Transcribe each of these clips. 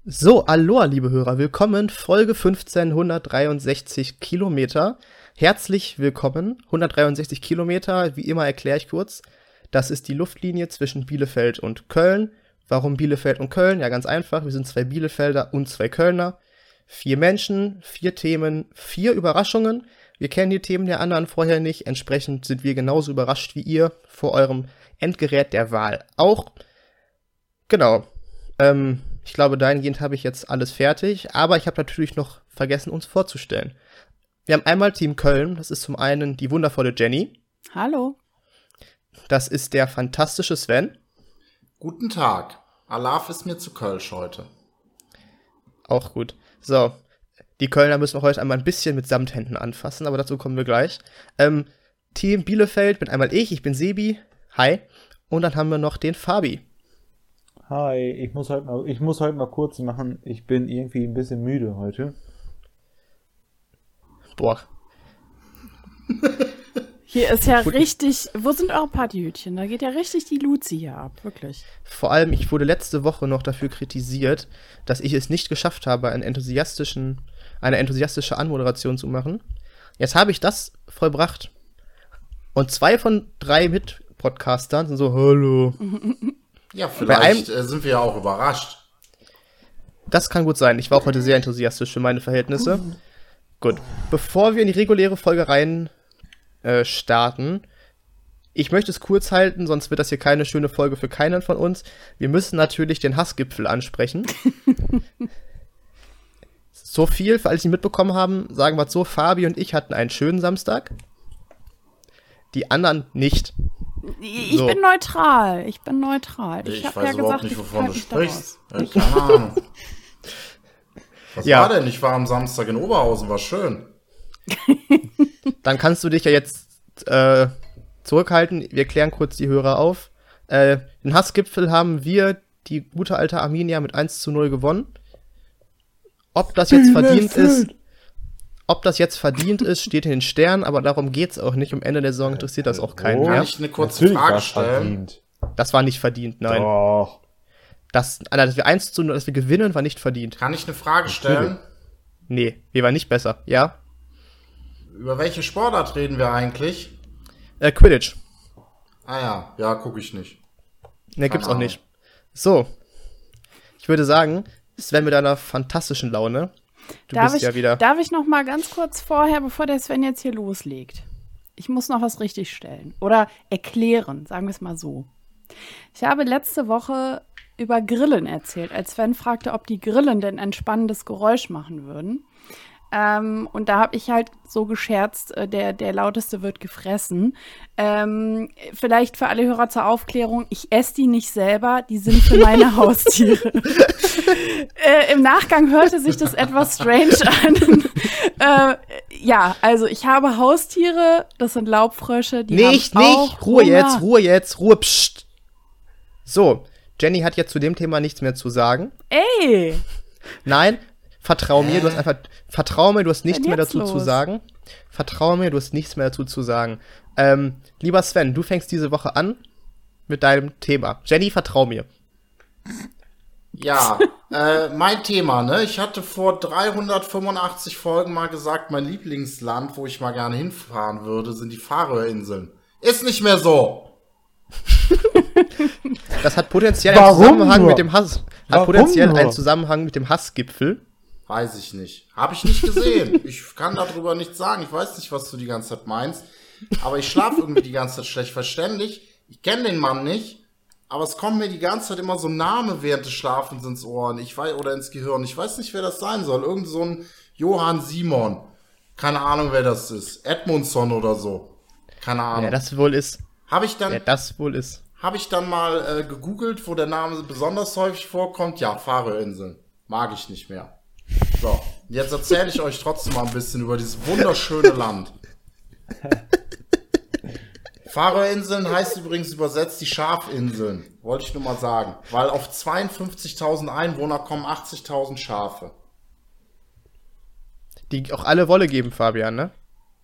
So, Aloha, liebe Hörer, willkommen, Folge 15, 163 Kilometer. Herzlich willkommen, 163 Kilometer, wie immer erkläre ich kurz. Das ist die Luftlinie zwischen Bielefeld und Köln. Warum Bielefeld und Köln? Ja, ganz einfach, wir sind 2 Bielefelder und 2 Kölner. 4 Menschen, 4 Themen, 4 Überraschungen. Wir kennen die Themen der anderen vorher nicht, entsprechend sind wir genauso überrascht wie ihr vor eurem Endgerät der Wahl auch. Genau, ich glaube, dahingehend habe ich jetzt alles fertig, aber ich habe natürlich noch vergessen, uns vorzustellen. Wir haben einmal Team Köln, das ist zum einen die wundervolle Jenny. Hallo. Das ist der fantastische Sven. Guten Tag. Alaf ist mir zu Kölsch heute. Auch gut. So, die Kölner müssen wir heute einmal ein bisschen mit Samthänden anfassen, aber dazu kommen wir gleich. Team Bielefeld bin einmal ich bin Sebi. Hi. Und dann haben wir noch den Fabi. Hi, ich muss heute mal kurz machen. Ich bin irgendwie ein bisschen müde heute. Boah. Hier ist ja richtig, wo sind eure Partyhütchen? Da geht ja richtig die Luzi hier ab, wirklich. Vor allem, ich wurde letzte Woche noch dafür kritisiert, dass ich es nicht geschafft habe, eine enthusiastische Anmoderation zu machen. Jetzt habe ich das vollbracht. Und 2 von 3 Mitpodcastern sind so, hallo. Ja, vielleicht sind wir ja auch überrascht. Das kann gut sein. Ich war auch heute sehr enthusiastisch für meine Verhältnisse. Gut. Bevor wir in die reguläre Folge rein starten, ich möchte es kurz halten, sonst wird das hier keine schöne Folge für keinen von uns. Wir müssen natürlich den Hassgipfel ansprechen. So viel, für alle, die mitbekommen haben, sagen wir es so, Fabi und ich hatten einen schönen Samstag. Die anderen nicht. Ich bin neutral. Ich Ich habe weiß ja überhaupt gesagt, nicht, ich wovon du halte sprichst. Keine Ahnung. Was Ja. war denn? Ich war am Samstag in Oberhausen, war schön. Dann kannst du dich ja jetzt zurückhalten. Wir klären kurz die Hörer auf. Den Hassgipfel haben wir, die gute alte Arminia, mit 1:0 gewonnen. Ob das jetzt verdient ist, steht in den Sternen, aber darum geht's auch nicht. Am Ende der Saison interessiert das auch keinen Kann mehr. ich eine kurze Natürlich Frage war's stellen? verdient. Das war nicht verdient, nein. Doch. Dass wir 1:0, dass wir gewinnen, war nicht verdient. Kann ich eine Frage stellen? Nee, wir waren nicht besser. Ja? Über welche Sportart reden wir eigentlich? Quidditch. Ah ja, gucke ich nicht. Ne, gibt's auch Ahnung. nicht. So. Ich würde sagen, Sven mit einer fantastischen Laune. Du bist ja wieder. Darf ich noch mal ganz kurz vorher, bevor der Sven jetzt hier loslegt? Ich muss noch was richtigstellen oder erklären, sagen wir es mal so. Ich habe letzte Woche über Grillen erzählt, als Sven fragte, ob die Grillen denn ein spannendes Geräusch machen würden. Und da habe ich halt so gescherzt, der Lauteste wird gefressen. Vielleicht für alle Hörer zur Aufklärung, ich esse die nicht selber, die sind für meine Haustiere. Im Nachgang hörte sich das etwas strange an. Ja, also ich habe Haustiere, das sind Laubfrösche, die Nicht, haben auch Ruhe Hunger. jetzt, Ruhe, psst. So, Jenny hat jetzt zu dem Thema nichts mehr zu sagen. Ey! Nein, vertrau mir, du hast nichts Denn mehr jetzt dazu zu los? sagen. Vertrau mir, du hast nichts mehr dazu zu sagen. Lieber Sven, du fängst diese Woche an mit deinem Thema. Jenny, vertrau mir. Ja, mein Thema, ne? Ich hatte vor 385 Folgen mal gesagt, mein Lieblingsland, wo ich mal gerne hinfahren würde, sind die Färöerinseln. Ist nicht mehr so. Das hat potenziell Warum einen Zusammenhang nur? mit dem Hass. Warum einen nur? Zusammenhang mit dem Hassgipfel. Weiß ich nicht. Habe ich nicht gesehen. Ich kann darüber nichts sagen. Ich weiß nicht, was du die ganze Zeit meinst. Aber ich schlafe irgendwie die ganze Zeit schlecht. Verständlich. Ich kenne den Mann nicht. Aber es kommt mir die ganze Zeit immer so ein Name während des Schlafens ins Ohr. Oder ins Gehirn. Ich weiß nicht, wer das sein soll. Irgend so ein Johann Simon. Keine Ahnung, wer das ist. Edmundson oder so. Keine Ahnung. Ja, das wohl ist. Habe ich dann mal gegoogelt, wo der Name besonders häufig vorkommt. Ja, Färöerinseln. Mag ich nicht mehr. So, jetzt erzähle ich euch trotzdem mal ein bisschen über dieses wunderschöne Land. Färöerinseln heißt übrigens übersetzt die Schafinseln. Wollte ich nur mal sagen. Weil auf 52.000 Einwohner kommen 80.000 Schafe. Die auch alle Wolle geben, Fabian, ne?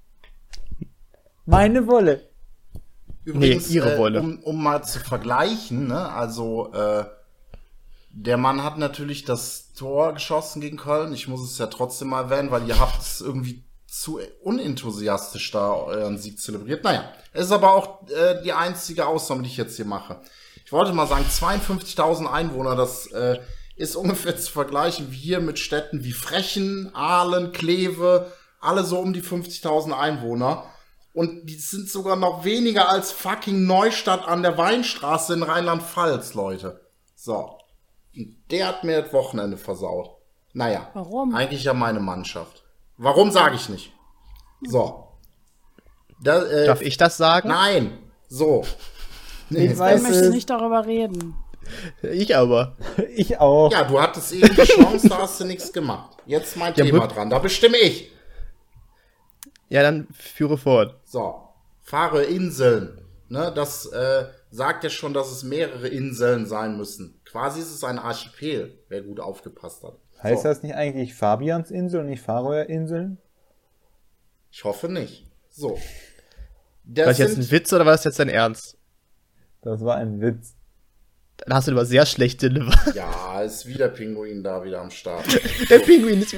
Meine Wolle. Übrigens, ihre Wolle. um mal zu vergleichen, ne, also Der Mann hat natürlich das Tor geschossen gegen Köln. Ich muss es ja trotzdem mal erwähnen, weil ihr habt es irgendwie zu unenthusiastisch da euren Sieg zelebriert. Naja, es ist aber auch die einzige Ausnahme, die ich jetzt hier mache. Ich wollte mal sagen, 52.000 Einwohner, das ist ungefähr zu vergleichen wie hier mit Städten wie Frechen, Aalen, Kleve, alle so um die 50.000 Einwohner. Und die sind sogar noch weniger als fucking Neustadt an der Weinstraße in Rheinland-Pfalz, Leute. So. Der hat mir das Wochenende versaut. Naja. Warum? Eigentlich ja meine Mannschaft. Warum, sage ich nicht. So. Darf ich das sagen? Nein. So. Ich Ich weiß möchte es. nicht darüber reden. Ich aber. Ich auch. Ja, du hattest eben die Chance, da hast du nichts gemacht. Jetzt mein Ja, Thema dran. Da bestimme ich. Ja, dann führe fort. So. Fahre Inseln. Ne, das sagt ja schon, dass es mehrere Inseln sein müssen. Quasi ist es ein Archipel, wer gut aufgepasst hat. Heißt So. das nicht eigentlich Fabiansinsel und nicht Färöerinseln? Ich hoffe nicht. So. War Das das jetzt sind, ein Witz oder war das jetzt dein Ernst? Das war ein Witz. Dann hast du aber sehr schlechte Liver. ja, ist wieder Pinguin da wieder am Start. Der Pinguin ist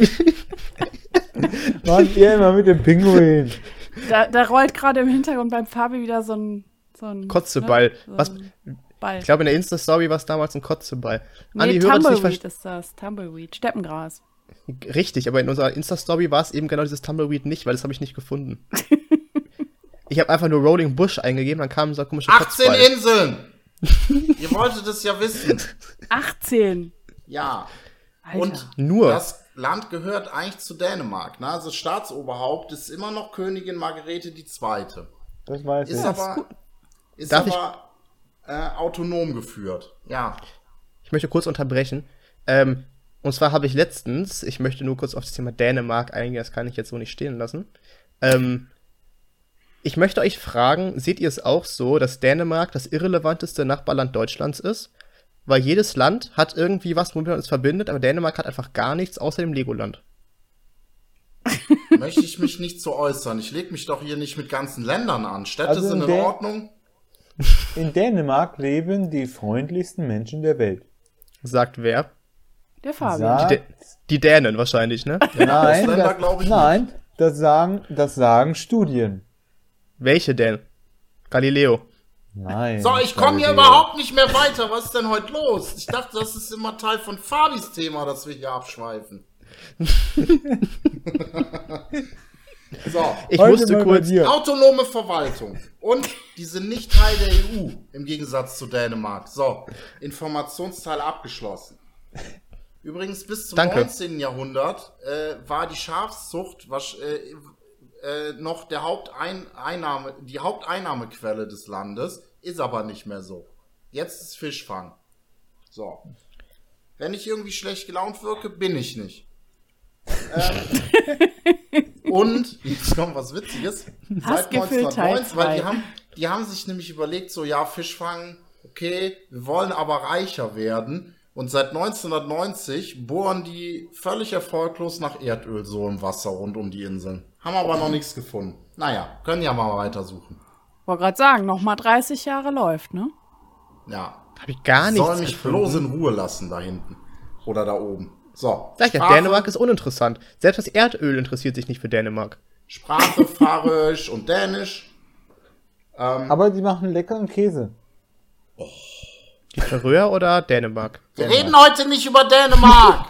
Mann, ihr immer mit dem Pinguin. Da rollt gerade im Hintergrund beim Fabi wieder so ein Kotzeball. Ne? So Was? ein Ball. Ich glaube, in der Insta-Story war es damals ein Kotzeball. Nee, Hörer, das nicht Tumbleweed ist das. Tumbleweed. Steppengras. Richtig, aber in unserer Insta-Story war es eben genau dieses Tumbleweed nicht, weil das habe ich nicht gefunden. Ich habe einfach nur Rolling Bush eingegeben, dann kam so ein komischer 18 Kotzball. Inseln! Ihr wolltet es ja wissen. 18. Ja. Alter. Und Nur. das Land gehört eigentlich zu Dänemark. Ne? Also Staatsoberhaupt ist immer noch Königin Margarete II. Das weiß Ist ich. aber, ist Darf ich- aber autonom geführt. Ja. Ich möchte kurz unterbrechen. Und zwar habe ich letztens, ich möchte nur kurz auf das Thema Dänemark eingehen, das kann ich jetzt so nicht stehen lassen. Ich möchte euch fragen, seht ihr es auch so, dass Dänemark das irrelevanteste Nachbarland Deutschlands ist? Weil jedes Land hat irgendwie was, womit man es verbindet, aber Dänemark hat einfach gar nichts außer dem Legoland. Möchte ich mich nicht so äußern. Ich lege mich doch hier nicht mit ganzen Ländern an. Städte Also sind in in der- Ordnung. In Dänemark leben die freundlichsten Menschen der Welt. Sagt wer? Der Fabi. Sagt- Die Dänen wahrscheinlich, ne? Nein, Ausländer glaub ich nein, das sagen Studien. Welche denn? Galileo. Nein. So, ich komme hier Galileo. überhaupt nicht mehr weiter. Was ist denn heute los? Ich dachte, das ist immer Teil von Fabis Thema, dass wir hier abschweifen. So, Ich Heute musste mal bei kurz. dir. autonome Verwaltung. Und die sind nicht Teil der EU, im Gegensatz zu Dänemark. So, Informationsteil abgeschlossen. Übrigens, bis zum Danke. 19. Jahrhundert war die Schafszucht noch die Haupteinnahmequelle des Landes, ist aber nicht mehr so. Jetzt ist Fischfang. So. Wenn ich irgendwie schlecht gelaunt wirke, bin ich nicht. Und, jetzt kommt was Witziges, seit Hassgefühl Teil 1990, weil zwei. die haben sich nämlich überlegt, so, ja, Fischfang, okay, wir wollen aber reicher werden. Und seit 1990 bohren die völlig erfolglos nach Erdöl so im Wasser rund um die Inseln. Haben aber noch nichts gefunden. Naja, können ja mal weitersuchen. Wollte gerade sagen, noch mal 30 Jahre läuft, ne? Ja. Hab ich gar nichts Soll mich gefunden. bloß in Ruhe lassen da hinten. Oder da oben. So. Sag ich ja, Sprache- Dänemark ist uninteressant. Selbst das Erdöl interessiert sich nicht für Dänemark. Sprache, Färöisch und Dänisch. Aber die machen leckeren Käse. Die Färöer oder Dänemark? Wir reden heute nicht über Dänemark.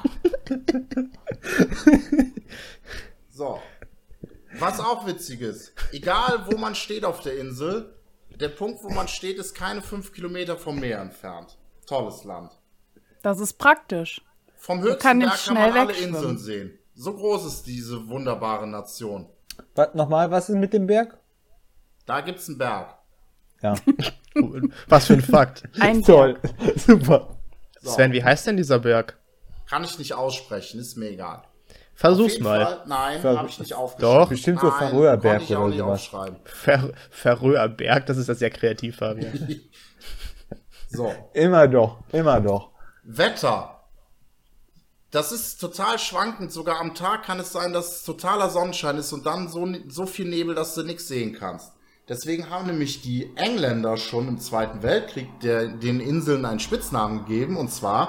So. Was auch witzig ist. Egal, wo man steht auf der Insel, der Punkt, wo man steht, ist keine 5 Kilometer vom Meer entfernt. Tolles Land. Das ist praktisch. Vom höchsten kann nicht Berg kann man schnell alle wegschwimmen. Inseln sehen. So groß ist diese wunderbare Nation. Nochmal, was ist mit dem Berg? Da gibt's einen Berg. Ja. Was für ein Fakt. Ein Toll. Super. So. Sven, wie heißt denn dieser Berg? Kann ich nicht aussprechen, ist mir egal. Versuch's Auf jeden mal. Fall, nein, Ver- habe ich nicht aufgeschrieben. Doch. Bestimmt so Nein, Färöerberg konnte ich auch oder nicht sowas. aufschreiben. Färöerberg, das ist ja sehr kreativ, Fabian. So, Immer doch, immer doch. Wetter. Das ist total schwankend. Sogar am Tag kann es sein, dass es totaler Sonnenschein ist und dann so viel Nebel, dass du nichts sehen kannst. Deswegen haben nämlich die Engländer schon im Zweiten Weltkrieg den Inseln einen Spitznamen gegeben, und zwar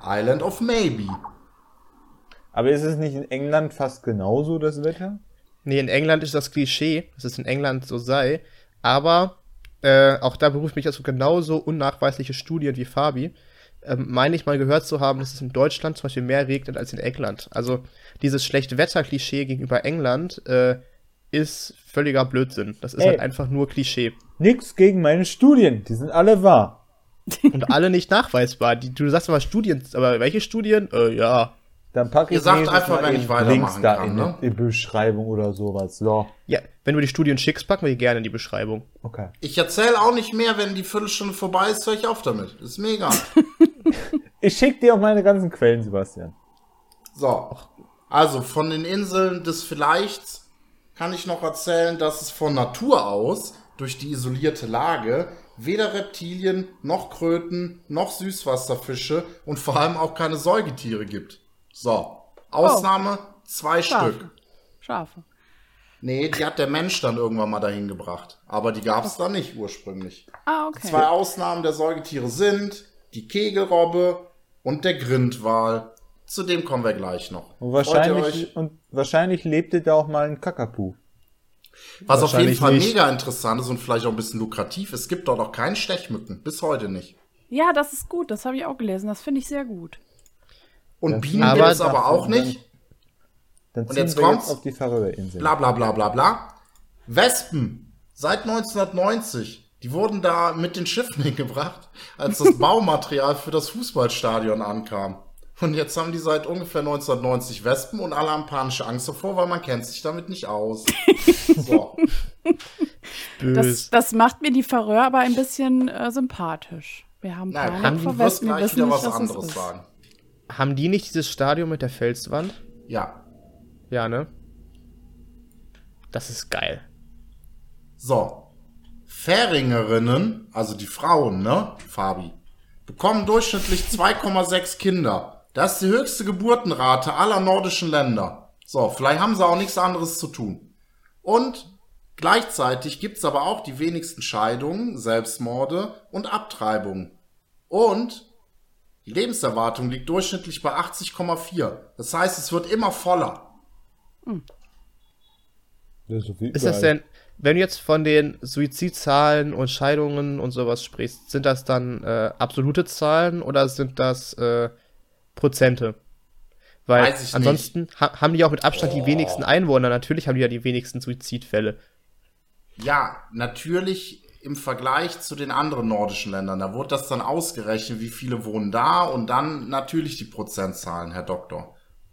Island of Maybe. Aber ist es nicht in England fast genauso, das Wetter? Nee, in England ist das Klischee, dass es in England so sei. Aber auch da berufe ich mich auf genauso unnachweisliche Studien wie Fabi. Meine ich mal gehört zu haben, dass es in Deutschland zum Beispiel mehr regnet als in England. Also dieses Schlechtwetter-Klischee gegenüber England ist völliger Blödsinn. Das ist halt einfach nur Klischee. Nix gegen meine Studien, die sind alle wahr. Und alle nicht nachweisbar. Du sagst immer Studien, aber welche Studien? Ja. Dann packe Ihr ich sagt nächstes einfach, Mal wenn eben ich weitermachen Links da kann, in ne? die Beschreibung oder sowas. So, Ja, wenn du die Studien schickst, packen wir die gerne in die Beschreibung. okay. Ich erzähle auch nicht mehr, wenn die Viertelstunde vorbei ist, höre ich auf damit. Ist mir egal. Ich schicke dir auch meine ganzen Quellen, Sebastian. So, also von den Inseln des Vielleichts kann ich noch erzählen, dass es von Natur aus, durch die isolierte Lage, weder Reptilien, noch Kröten, noch Süßwasserfische und vor allem auch keine Säugetiere gibt. So, Ausnahme 2 Stück. Schafe. Nee, die hat der Mensch dann irgendwann mal dahin gebracht. Aber die gab es dann nicht ursprünglich. Ah, okay. 2 Ausnahmen der Säugetiere sind die Kegelrobbe und der Grindwal. Zu dem kommen wir gleich noch. Und Freut ihr euch? wahrscheinlich lebte da auch mal ein Kakapu. Was auf jeden Wahrscheinlich Fall nicht. mega interessant ist und vielleicht auch ein bisschen lukrativ, es gibt dort auch keinen Stechmücken. Bis heute nicht. Ja, das ist gut. Das habe ich auch gelesen. Das finde ich sehr gut. Und Das Bienen aber gibt es aber auch nicht. Dann Und ziehen jetzt wir kommt's. jetzt auf die Färöerinseln. Bla bla bla bla bla. Wespen. Seit 1990. Die wurden da mit den Schiffen hingebracht, als das Baumaterial für das Fußballstadion ankam. Und jetzt haben die seit ungefähr 1990 Wespen und alle haben panische Angst davor, weil man kennt sich damit nicht aus. So. Bös. Das macht mir die Färöer aber ein bisschen sympathisch. Wir haben Nein, Panik du vor wirst Wespen, wir gleich wissen wieder nicht, was was es anderes ist. sagen. Haben die nicht dieses Stadion mit der Felswand? Ja. Ja, ne? Das ist geil. So. Färingerinnen, also die Frauen, ne, Fabi, bekommen durchschnittlich 2,6 Kinder. Das ist die höchste Geburtenrate aller nordischen Länder. So, vielleicht haben sie auch nichts anderes zu tun. Und gleichzeitig gibt's aber auch die wenigsten Scheidungen, Selbstmorde und Abtreibungen. Und die Lebenserwartung liegt durchschnittlich bei 80,4. Das heißt, es wird immer voller. Das ist, so viel Ist das überall. denn, wenn du jetzt von den Suizidzahlen und Scheidungen und sowas sprichst, sind das dann absolute Zahlen oder sind das Prozente? Weil Weiß ich ansonsten haben die auch mit Abstand die wenigsten Einwohner. Natürlich haben die ja die wenigsten Suizidfälle. Ja, natürlich im Vergleich zu den anderen nordischen Ländern. Da wurde das dann ausgerechnet, wie viele wohnen da und dann natürlich die Prozentzahlen, Herr Doktor.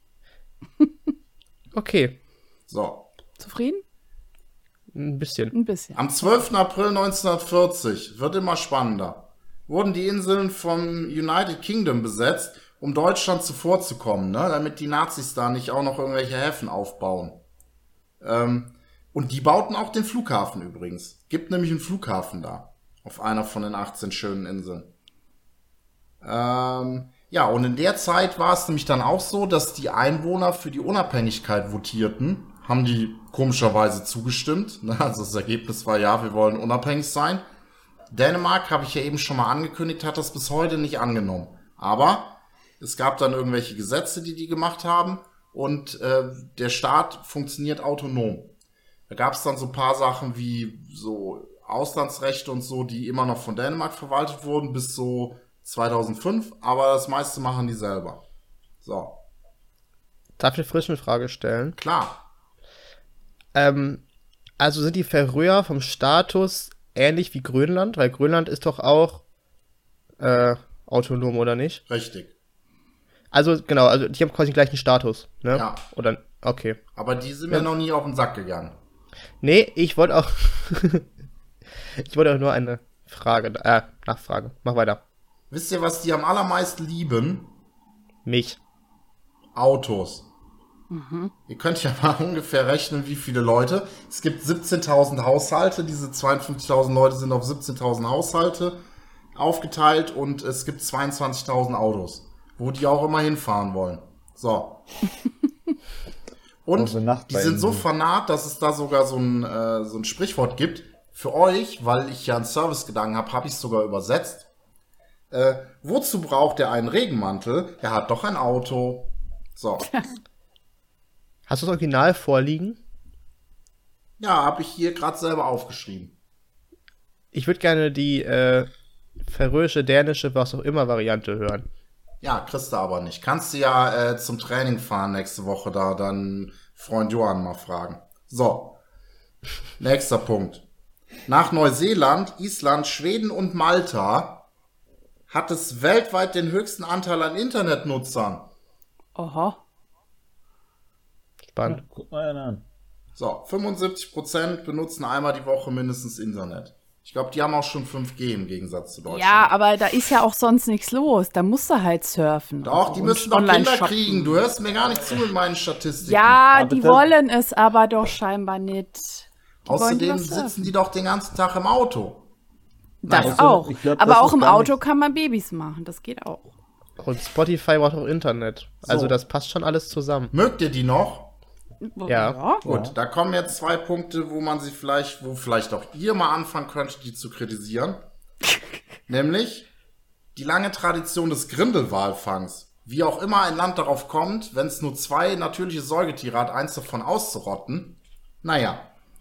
Okay, So. Zufrieden? ein bisschen. Ein bisschen. Am 12. April 1940, wird immer spannender, wurden die Inseln vom United Kingdom besetzt, um Deutschland zuvorzukommen, ne? Damit die Nazis da nicht auch noch irgendwelche Häfen aufbauen. Und die bauten auch den Flughafen übrigens. Gibt nämlich einen Flughafen da, auf einer von den 18 schönen Inseln. Ja, und in der Zeit war es nämlich dann auch so, dass die Einwohner für die Unabhängigkeit votierten. Haben die komischerweise zugestimmt. Also das Ergebnis war ja, wir wollen unabhängig sein. Dänemark, habe ich ja eben schon mal angekündigt, hat das bis heute nicht angenommen. Aber es gab dann irgendwelche Gesetze, die gemacht haben und der Staat funktioniert autonom. Da gab es dann so ein paar Sachen wie so Auslandsrechte und so, die immer noch von Dänemark verwaltet wurden bis so 2005, aber das meiste machen die selber. So, Darf ich eine frische Frage stellen? klar. Also sind die Färöer vom Status ähnlich wie Grönland? Weil Grönland ist doch auch autonom, oder nicht? Richtig. Also, genau, also die haben quasi den gleichen Status, ne? Ja. Oder, okay. Aber die sind mir noch nie auf den Sack gegangen. Nee, ich wollte auch ich wollte auch nur eine Nachfrage. Mach weiter. Wisst ihr, was die am allermeisten lieben? Mich. Autos. Ihr könnt ja mal ungefähr rechnen, wie viele Leute. Es gibt 17.000 Haushalte. Diese 52.000 Leute sind auf 17.000 Haushalte aufgeteilt und es gibt 22.000 Autos, wo die auch immer hinfahren wollen. So. Und Unsere die Nachbarn sind so sind- fanat, dass es da sogar so ein Sprichwort gibt. Für euch, weil ich ja einen Servicegedanken habe, habe ich es sogar übersetzt. Wozu braucht er einen Regenmantel? Er hat doch ein Auto. So. Hast du das Original vorliegen? Ja, habe ich hier gerade selber aufgeschrieben. Ich würde gerne die färöische, dänische, was auch immer Variante hören. Ja, kriegst du aber nicht. Kannst du ja zum Training fahren nächste Woche da, dann Freund Johann mal fragen. So, nächster Punkt. Nach Neuseeland, Island, Schweden und Malta hat es weltweit den höchsten Anteil an Internetnutzern. Oho. Spannend. Guck mal einen an. So, 75% benutzen einmal die Woche mindestens Internet. Ich glaube, die haben auch schon 5G im Gegensatz zu Deutschland. Ja, aber da ist ja auch sonst nichts los. Da musst du halt surfen. Doch, und die so müssen und doch online Kinder shoppen. kriegen. Du hörst mir gar nicht zu mit meinen Statistiken. Ja, Aber die das- wollen es aber doch scheinbar nicht. Die wollen Außerdem lieber surfen. sitzen die doch den ganzen Tag im Auto. Das Naja. auch. Ich glaub, aber das auch ist im gar Auto nicht- kann man Babys machen. Das geht auch. Und Spotify braucht auch Internet. Also So. das passt schon alles zusammen. Mögt ihr die noch? Ja. Gut, da kommen jetzt 2 Punkte, wo vielleicht auch ihr mal anfangen könnt, die zu kritisieren. Nämlich die lange Tradition des Grindelwalfangs. Wie auch immer ein Land darauf kommt, wenn es nur 2 natürliche Säugetiere hat, eins davon auszurotten. Naja,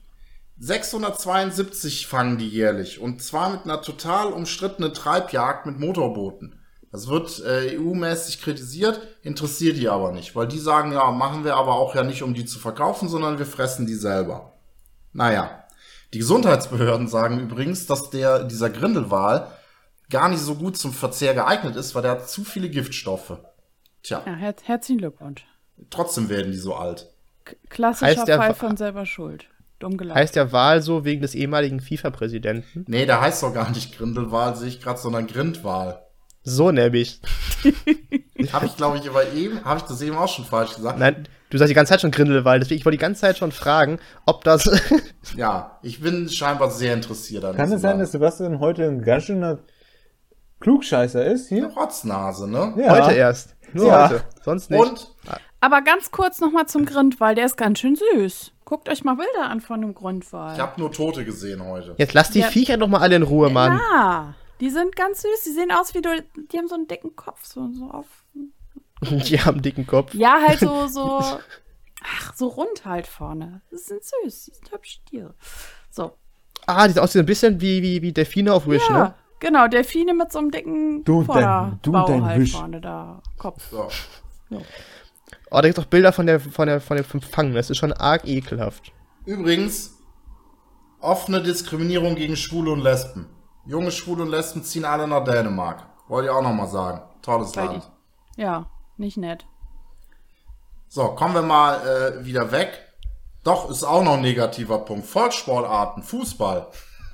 672 fangen die jährlich und zwar mit einer total umstrittenen Treibjagd mit Motorbooten. Das wird EU-mäßig kritisiert, interessiert die aber nicht, weil die sagen, ja, machen wir aber auch ja nicht, um die zu verkaufen, sondern wir fressen die selber. Naja, die Gesundheitsbehörden sagen übrigens, dass dieser Grindelwal gar nicht so gut zum Verzehr geeignet ist, weil der hat zu viele Giftstoffe. Tja, Ja, herzlichen Glückwunsch. trotzdem werden die so alt. Klassischer Heißt der Fall Wa- von selber Schuld. Dumm gelaufen. Heißt der Wahl so wegen des ehemaligen FIFA-Präsidenten? Nee, der heißt doch gar nicht Grindelwal, sehe ich gerade, sondern Grindwal. So nämlich. Habe ich, glaube ich, habe ich das eben auch schon falsch gesagt? Nein, du sagst die ganze Zeit schon Grindelwald, deswegen ich wollte die ganze Zeit schon fragen, ob das. Ja, ich bin scheinbar sehr interessiert an Kann diesem es sein, Land. dass Sebastian heute ein ganz schöner Klugscheißer ist Eine hier? Rotznase, ne? Ja. Heute erst. Nur Ja. heute. Sonst nicht. Und Aber ganz kurz nochmal zum Grindwal. Der ist ganz schön süß. Guckt euch mal Bilder an von einem Grindwal. ich habe nur Tote gesehen heute. Jetzt lass die Ja. Viecher doch mal alle in Ruhe, Mann. Ja, die sind ganz süß. Die sehen aus wie die haben so einen dicken Kopf. So auf. Die haben einen dicken Kopf. Ja, halt so rund halt vorne. Die sind süß. Die sind hübsche Tiere. So. Ah, die sehen aus wie ein bisschen wie Delfine auf Wish, Ja, ne? genau. Delfine mit so einem dicken Du und dein Vorderbau halt Wish. vorne da. Kopf. So. Oh, da gibt's auch Bilder von dem Fang. Das ist schon arg ekelhaft. Übrigens, offene Diskriminierung gegen Schwule und Lesben. Junge Schwule und Lesben ziehen alle nach Dänemark. Wollte ich auch noch mal sagen. Tolles Weil Land. Ja, nicht nett. So, kommen wir mal wieder weg. Doch, ist auch noch ein negativer Punkt. Volkssportarten, Fußball.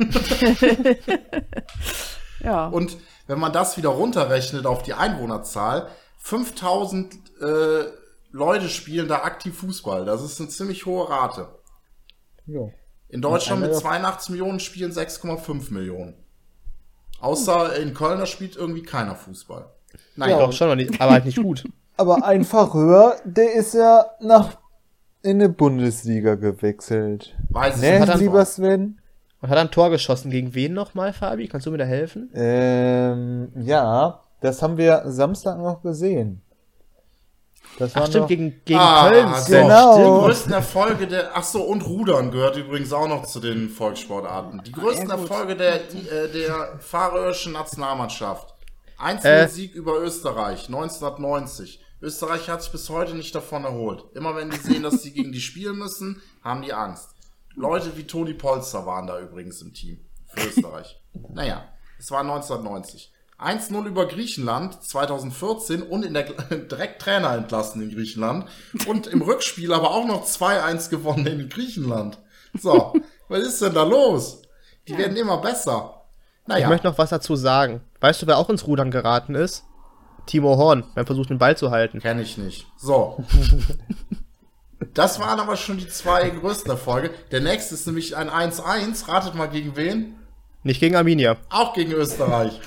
Ja. Und wenn man das wieder runterrechnet auf die Einwohnerzahl, 5000 Leute spielen da aktiv Fußball. Das ist eine ziemlich hohe Rate. Jo. In Deutschland mit Einer- 82 Millionen spielen 6,5 Millionen. Außer in Köln, da spielt irgendwie keiner Fußball. Naja, Doch, schon noch nicht, aber halt nicht gut. Aber ein Fachhörer, der ist ja in die Bundesliga gewechselt. weiß ich Ne, nicht. lieber Sven? Und hat er ein Tor geschossen. Gegen wen nochmal, Fabi? Kannst du mir da helfen? Ja, das haben wir Samstag noch gesehen. Das Ach, stimmt, noch, gegen Ah, Köln. so. Genau. Die größten Erfolge und Rudern gehört übrigens auch noch zu den Volkssportarten. Die größten ja, gut. Erfolge der färöischen Nationalmannschaft. 1-0-Sieg über Österreich, 1990. Österreich hat sich bis heute nicht davon erholt. Immer wenn die sehen, dass sie gegen die spielen müssen, haben die Angst. Leute wie Toni Polster waren da übrigens im Team für Österreich. Naja, es war 1990. 1-0 über Griechenland 2014 und direkt Trainer entlassen in Griechenland. Und im Rückspiel aber auch noch 2-1 gewonnen in Griechenland. So, was ist denn da los? Die werden immer besser. Ich Naja, möchte noch was dazu sagen. Weißt du, wer auch ins Rudern geraten ist? Timo Horn, beim Versuch, den Ball zu halten. kenne ich nicht. So. Das waren aber schon die 2 größten Erfolge. Der nächste ist nämlich ein 1-1. Ratet mal gegen wen? Nicht gegen Arminia. Auch gegen Österreich.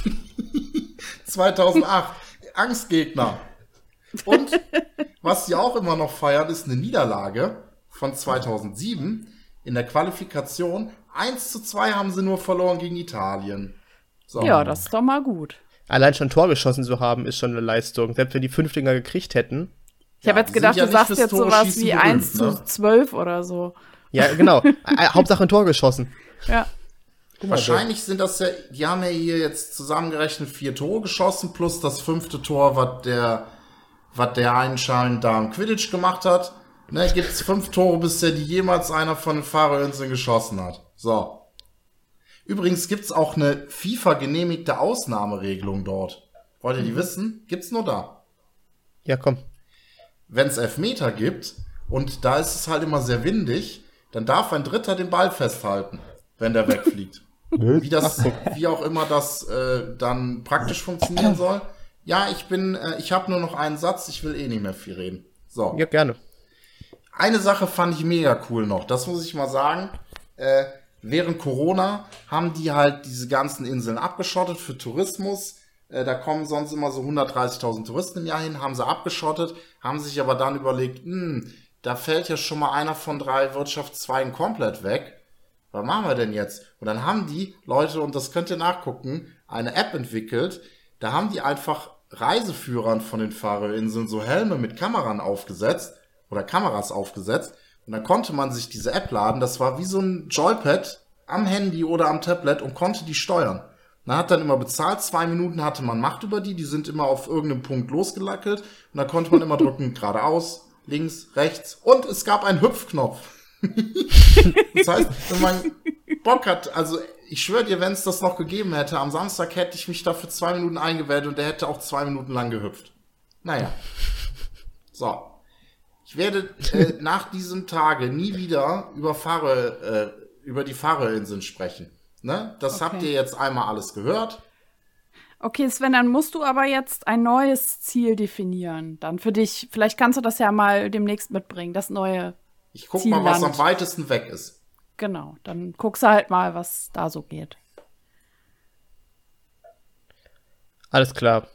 2008. Angstgegner. Und was sie auch immer noch feiern, ist eine Niederlage von 2007 in der Qualifikation. 1-2 haben sie nur verloren gegen Italien. So. Ja, das ist doch mal gut. Allein schon ein Tor geschossen zu haben, ist schon eine Leistung. Selbst wenn die 5 Dinger gekriegt hätten. Ich habe jetzt gedacht, du sagst jetzt sowas wie 1:12 oder so. Ja, genau. Hauptsache ein Tor geschossen. Ja. Wahrscheinlich sind das ja, die haben ja hier jetzt zusammengerechnet 4 Tore geschossen, plus das 5. Tor, was der Einschalen da im Quidditch gemacht hat. Ne, gibt's 5 Tore bisher, die jemals einer von den Färöerinseln geschossen hat. So. Übrigens gibt's auch eine FIFA genehmigte Ausnahmeregelung dort. Wollt ihr die wissen? Gibt's nur da. Ja, komm. Wenn es Elfmeter gibt, und da ist es halt immer sehr windig, dann darf ein Dritter den Ball festhalten, wenn der wegfliegt. Wie auch immer das dann praktisch funktionieren soll. Ja, ich habe nur noch einen Satz, ich will eh nicht mehr viel reden. So. Ja, gerne. Eine Sache fand ich mega cool noch, das muss ich mal sagen. Während Corona haben die halt diese ganzen Inseln abgeschottet für Tourismus. Da kommen sonst immer so 130.000 Touristen im Jahr hin, haben sie abgeschottet, haben sich aber dann überlegt, da fällt ja schon mal einer von 3 Wirtschaftszweigen komplett weg. Was machen wir denn jetzt? Und dann haben die Leute, und das könnt ihr nachgucken, eine App entwickelt. Da haben die einfach Reiseführern von den Färöerinseln so Helme mit Kameras aufgesetzt. Und dann konnte man sich diese App laden. Das war wie so ein Joypad am Handy oder am Tablet und konnte die steuern. Man hat dann immer bezahlt, 2 Minuten hatte man Macht über die sind immer auf irgendeinem Punkt losgelackelt. Und dann konnte man immer drücken, geradeaus, links, rechts. Und es gab einen Hüpfknopf. Das heißt, wenn man Bock hat, also ich schwöre dir, wenn es das noch gegeben hätte, am Samstag hätte ich mich da für 2 Minuten eingewählt und der hätte auch 2 Minuten lang gehüpft. Naja. So. Ich werde nach diesem Tage nie wieder über die Färöerinseln sprechen. Ne? Das habt ihr jetzt einmal alles gehört. Okay, Sven, dann musst du aber jetzt ein neues Ziel definieren. Dann für dich, vielleicht kannst du das ja mal demnächst mitbringen, das neue Ich guck mal, was am weitesten weg ist. Genau, dann guckst du halt mal, was da so geht. Alles klar.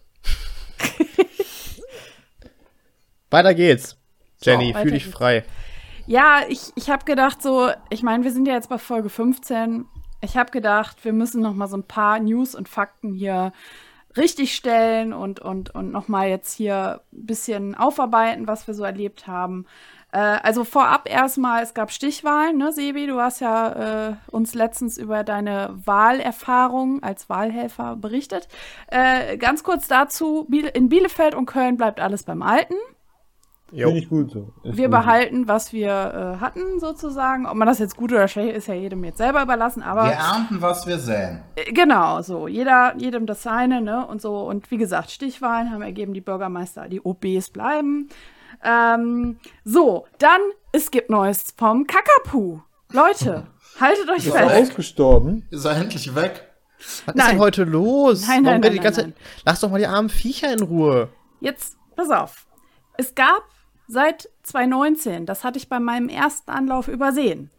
Weiter geht's. Jenny, fühl dich frei. Ja, ich habe gedacht so, ich meine, wir sind ja jetzt bei Folge 15. Ich habe gedacht, wir müssen noch mal so ein paar News und Fakten hier richtig stellen und noch mal jetzt hier ein bisschen aufarbeiten, was wir so erlebt haben. Also vorab erstmal, es gab Stichwahlen, ne, Sebi? Du hast ja uns letztens über deine Wahlerfahrung als Wahlhelfer berichtet. Ganz kurz dazu, in Bielefeld und Köln bleibt alles beim Alten. Finde ich gut so. Wir behalten, was wir hatten, sozusagen. Ob man das jetzt gut oder schlecht ist, ja jedem jetzt selber überlassen. Aber wir ernten, was wir säen. Genau, so. Jedem das Seine, ne? Und so. Und wie gesagt, Stichwahlen haben ergeben, die Bürgermeister, die OBs bleiben. So, dann, es gibt Neues vom Kakapu. Leute, haltet euch Ist er fest. ausgestorben? Ist er endlich weg? Was ist denn heute los? Nein. Lass doch mal die armen Viecher in Ruhe. Jetzt, pass auf. Es gab seit 2019, das hatte ich bei meinem ersten Anlauf übersehen.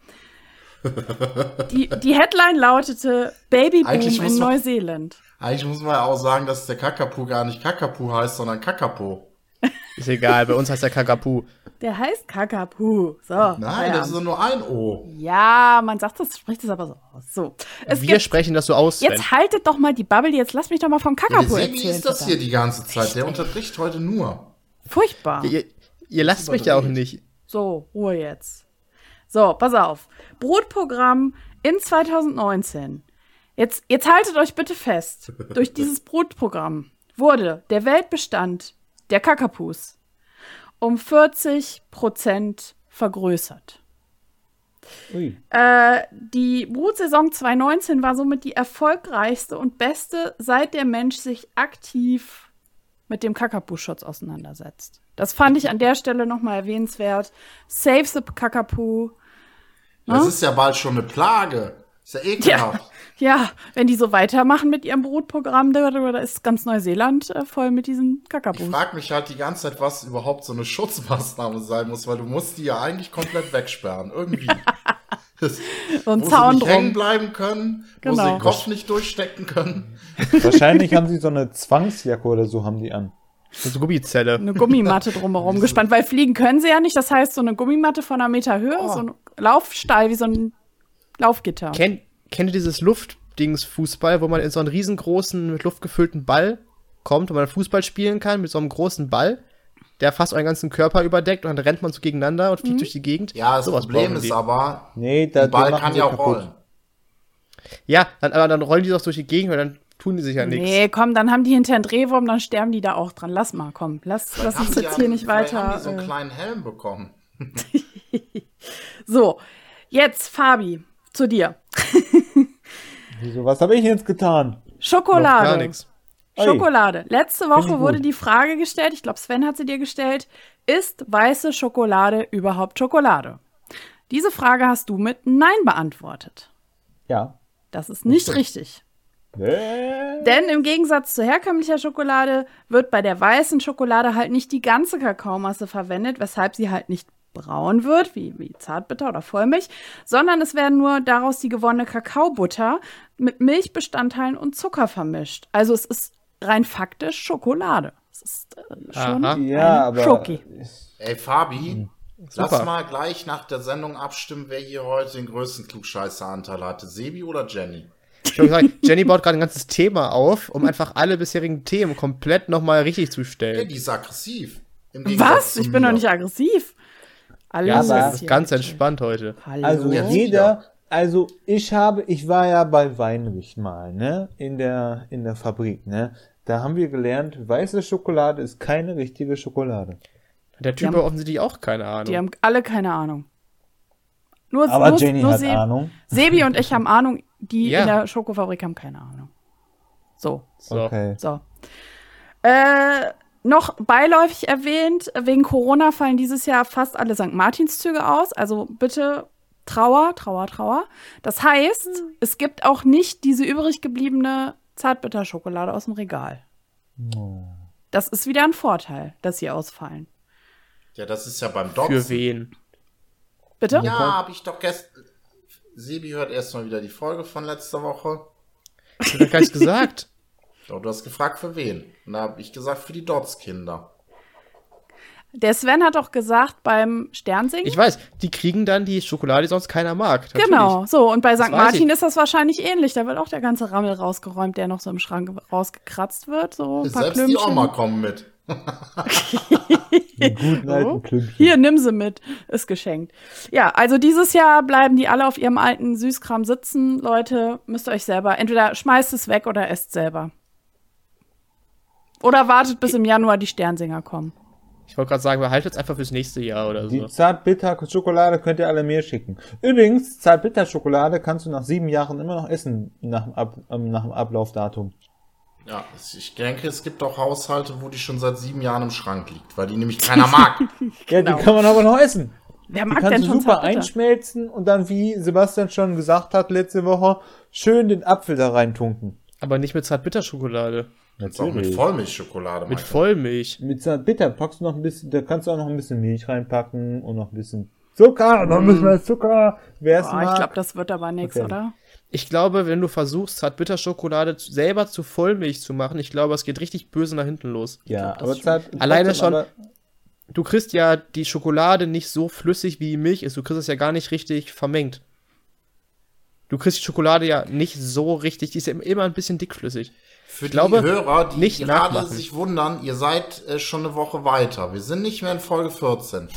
Die Headline lautete Babyboom in Neuseeland. Eigentlich muss man ja auch sagen, dass der Kakapu gar nicht Kakapu heißt, sondern Kakapo. Ist egal, bei uns heißt der Kakapu. Der heißt Kakapu. So, Nein, das ist nur ein O. Ja, man sagt das, spricht es aber so aus. So. Wir sprechen das so aus, Sven. Jetzt haltet doch mal die Bubble, jetzt lass mich doch mal vom Kakapu Wie erzählen. ist das hier die ganze Zeit? Der unterbricht heute nur. Furchtbar. Ihr lasst mich ja auch nicht. So, Ruhe jetzt. So, pass auf. Brotprogramm in 2019. Jetzt haltet euch bitte fest. Durch dieses Brotprogramm wurde der Weltbestand der Kakapus um 40% vergrößert. Ui. Die Brutsaison 2019 war somit die erfolgreichste und beste, seit der Mensch sich aktiv mit dem Kakapu-Schutz auseinandersetzt. Das fand ich an der Stelle nochmal erwähnenswert. Save the Kakapu. Das ist ja bald schon eine Plage. Ist ja ekelhaft. Ja, wenn die so weitermachen mit ihrem Brutprogramm, da ist ganz Neuseeland voll mit diesen Kakapus. Ich frage mich halt die ganze Zeit, was überhaupt so eine Schutzmaßnahme sein muss, weil du musst die ja eigentlich komplett wegsperren. Irgendwie. So ein wo Zaun sie nicht drum. hängen bleiben können, wo Genau. sie den Kopf nicht durchstecken können. Wahrscheinlich haben sie so eine Zwangsjacke oder so haben die an. So Gummizelle. Eine Gummimatte drumherum gespannt, weil fliegen können sie ja nicht. Das heißt, so eine Gummimatte von 1 Meter Höhe, so ein Laufstall wie so ein Laufgitter. Kennt ihr dieses Luftdings Fußball, wo man in so einen riesengroßen, mit Luft gefüllten Ball kommt, wo man Fußball spielen kann mit so einem großen Ball, der fast euren ganzen Körper überdeckt und dann rennt man so gegeneinander und fliegt durch die Gegend. Ja, das Sowas Problem brauchen die. ist aber, Nee, der Ball machen kann sie ja auch kaputt. rollen. Ja, aber dann rollen die doch durch die Gegend, weil dann tun die sich ja nichts. Nee, komm, dann haben die hinterher einen Drehwurm, dann sterben die da auch dran. Lass mal, komm. Lass uns jetzt hier nicht Vielleicht weiter. haben die so einen kleinen Helm bekommen. So, jetzt Fabi, zu dir. Wieso, was habe ich jetzt getan? Noch gar Schokolade. nichts. Ey. Schokolade. Letzte Find Woche ich wurde gut. die Frage gestellt, ich glaube Sven hat sie dir gestellt, ist weiße Schokolade überhaupt Schokolade? Diese Frage hast du mit Nein beantwortet. Ja. Das ist nicht richtig. Äh, Denn im Gegensatz zu herkömmlicher Schokolade wird bei der weißen Schokolade halt nicht die ganze Kakaomasse verwendet, weshalb sie halt nicht braun wird, wie Zartbitter oder Vollmilch, sondern es werden nur daraus die gewonnene Kakaobutter mit Milchbestandteilen und Zucker vermischt. Also es ist rein faktisch Schokolade. Es ist schon Aha. Ja, eine aber. Schoki. Ey, Fabi, lass Super. mal gleich nach der Sendung abstimmen, wer hier heute den größten Klugscheißeranteil hatte. Sebi oder Jenny? Ich würde sagen, Jenny baut gerade ein ganzes Thema auf, um einfach alle bisherigen Themen komplett nochmal richtig zu Ey, stellen. die ist aggressiv. Im Gegensatz Was? zu Ich bin mir. doch nicht aggressiv. Alles Ja, aber- das ist hier ganz bitte. entspannt heute. Hallo. Also Jetzt jeder, also ich war ja bei Weinrich mal, ne, in der Fabrik, ne. Da haben wir gelernt, weiße Schokolade ist keine richtige Schokolade. Der Typ Die hat haben- offensichtlich auch keine Ahnung. Die haben alle keine Ahnung. Nur, Aber nur, Jenny nur hat Ahnung. Sebi und ich haben Ahnung, die Ja. in der Schokofabrik haben keine Ahnung. So. So. Okay. So. Noch beiläufig erwähnt, wegen Corona fallen dieses Jahr fast alle St. Martinszüge aus. Also bitte Trauer, Trauer, Trauer. Das heißt, es gibt auch nicht diese übrig gebliebene Zartbitterschokolade aus dem Regal. Das ist wieder ein Vorteil, dass sie ausfallen. Ja, das ist ja beim Dots. Für wen? Bitte? Ja, hab ich doch gestern. Sebi hört erstmal wieder die Folge von letzter Woche. Ich hab doch gar nichts gesagt. Doch, du hast gefragt, für wen. Und da habe ich gesagt, für die Dots-Kinder. Der Sven hat doch gesagt beim Sternsingen. Ich weiß, die kriegen dann die Schokolade, die sonst keiner mag. Natürlich. Genau, so. Und bei Das St. weiß Martin ich. ist das wahrscheinlich ähnlich. Da wird auch der ganze Rammel rausgeräumt, der noch so im Schrank rausgekratzt wird. So ein paar Selbst die Klümpchen. Oma kommen mit. Die guten alten Klümpchen. Hier, nimm sie mit. Ist geschenkt. Ja, also dieses Jahr bleiben die alle auf ihrem alten Süßkram sitzen. Leute, müsst ihr euch selber, entweder schmeißt es weg oder esst selber. Oder wartet, bis im Januar die Sternsinger kommen. Ich wollte gerade sagen, behaltet es einfach fürs nächste Jahr oder Die so. Zartbitter-Schokolade könnt ihr alle mir schicken. Übrigens, Zartbitter-Schokolade kannst du nach 7 Jahren immer noch essen, nach dem Ablaufdatum. Ja, ich denke, es gibt auch Haushalte, wo die schon seit 7 Jahren im Schrank liegt, weil die nämlich keiner mag. Ja, Genau. die kann man aber noch essen. Wer Die mag denn kannst du schon super Zartbitter? einschmelzen und dann, wie Sebastian schon gesagt hat letzte Woche, schön den Apfel da reintunken. Aber nicht mit Zartbitterschokolade. Jetzt auch mit Vollmilchschokolade. Mit Michael. Vollmilch. Mit Zartbitter packst du noch ein bisschen, da kannst du auch noch ein bisschen Milch reinpacken und noch ein bisschen Zucker, noch ein bisschen Zucker. Wer es Oh, mag. ich glaube, das wird aber nichts, Okay. oder? Ich glaube, wenn du versuchst, Zartbitterschokolade selber zu Vollmilch zu machen, ich glaube, es geht richtig böse nach hinten los. ja, das aber schon. Alleine trotzdem, schon- aber- Du kriegst ja die Schokolade nicht so flüssig, wie die Milch ist. Du kriegst es ja gar nicht richtig vermengt. Du kriegst die Schokolade ja nicht so richtig, die ist ja immer ein bisschen dickflüssig. Für Ich die glaube, Hörer, die nicht gerade nachmachen. sich wundern, ihr seid schon eine Woche weiter. Wir sind nicht mehr in Folge 14.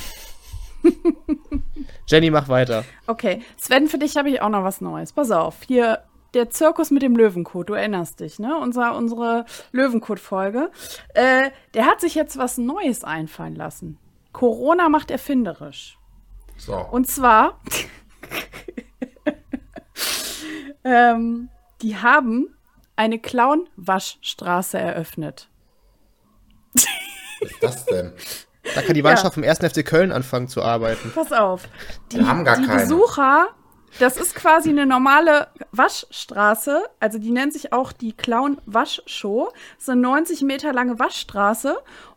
Jenny, mach weiter. Okay, Sven, für dich habe ich auch noch was Neues. Pass auf, hier der Zirkus mit dem Löwenkot, du erinnerst dich, ne? Unsere Löwenkot-Folge. Der hat sich jetzt was Neues einfallen lassen. Corona macht erfinderisch. So. Und zwar, die haben eine Clown-Waschstraße eröffnet. Was ist das denn? Da kann die Mannschaft vom 1. FC Köln anfangen zu arbeiten. Pass auf. Wir haben gar die keine. Besucher, das ist quasi eine normale Waschstraße, also die nennt sich auch die Clown-Waschshow. Das ist eine 90 Meter lange Waschstraße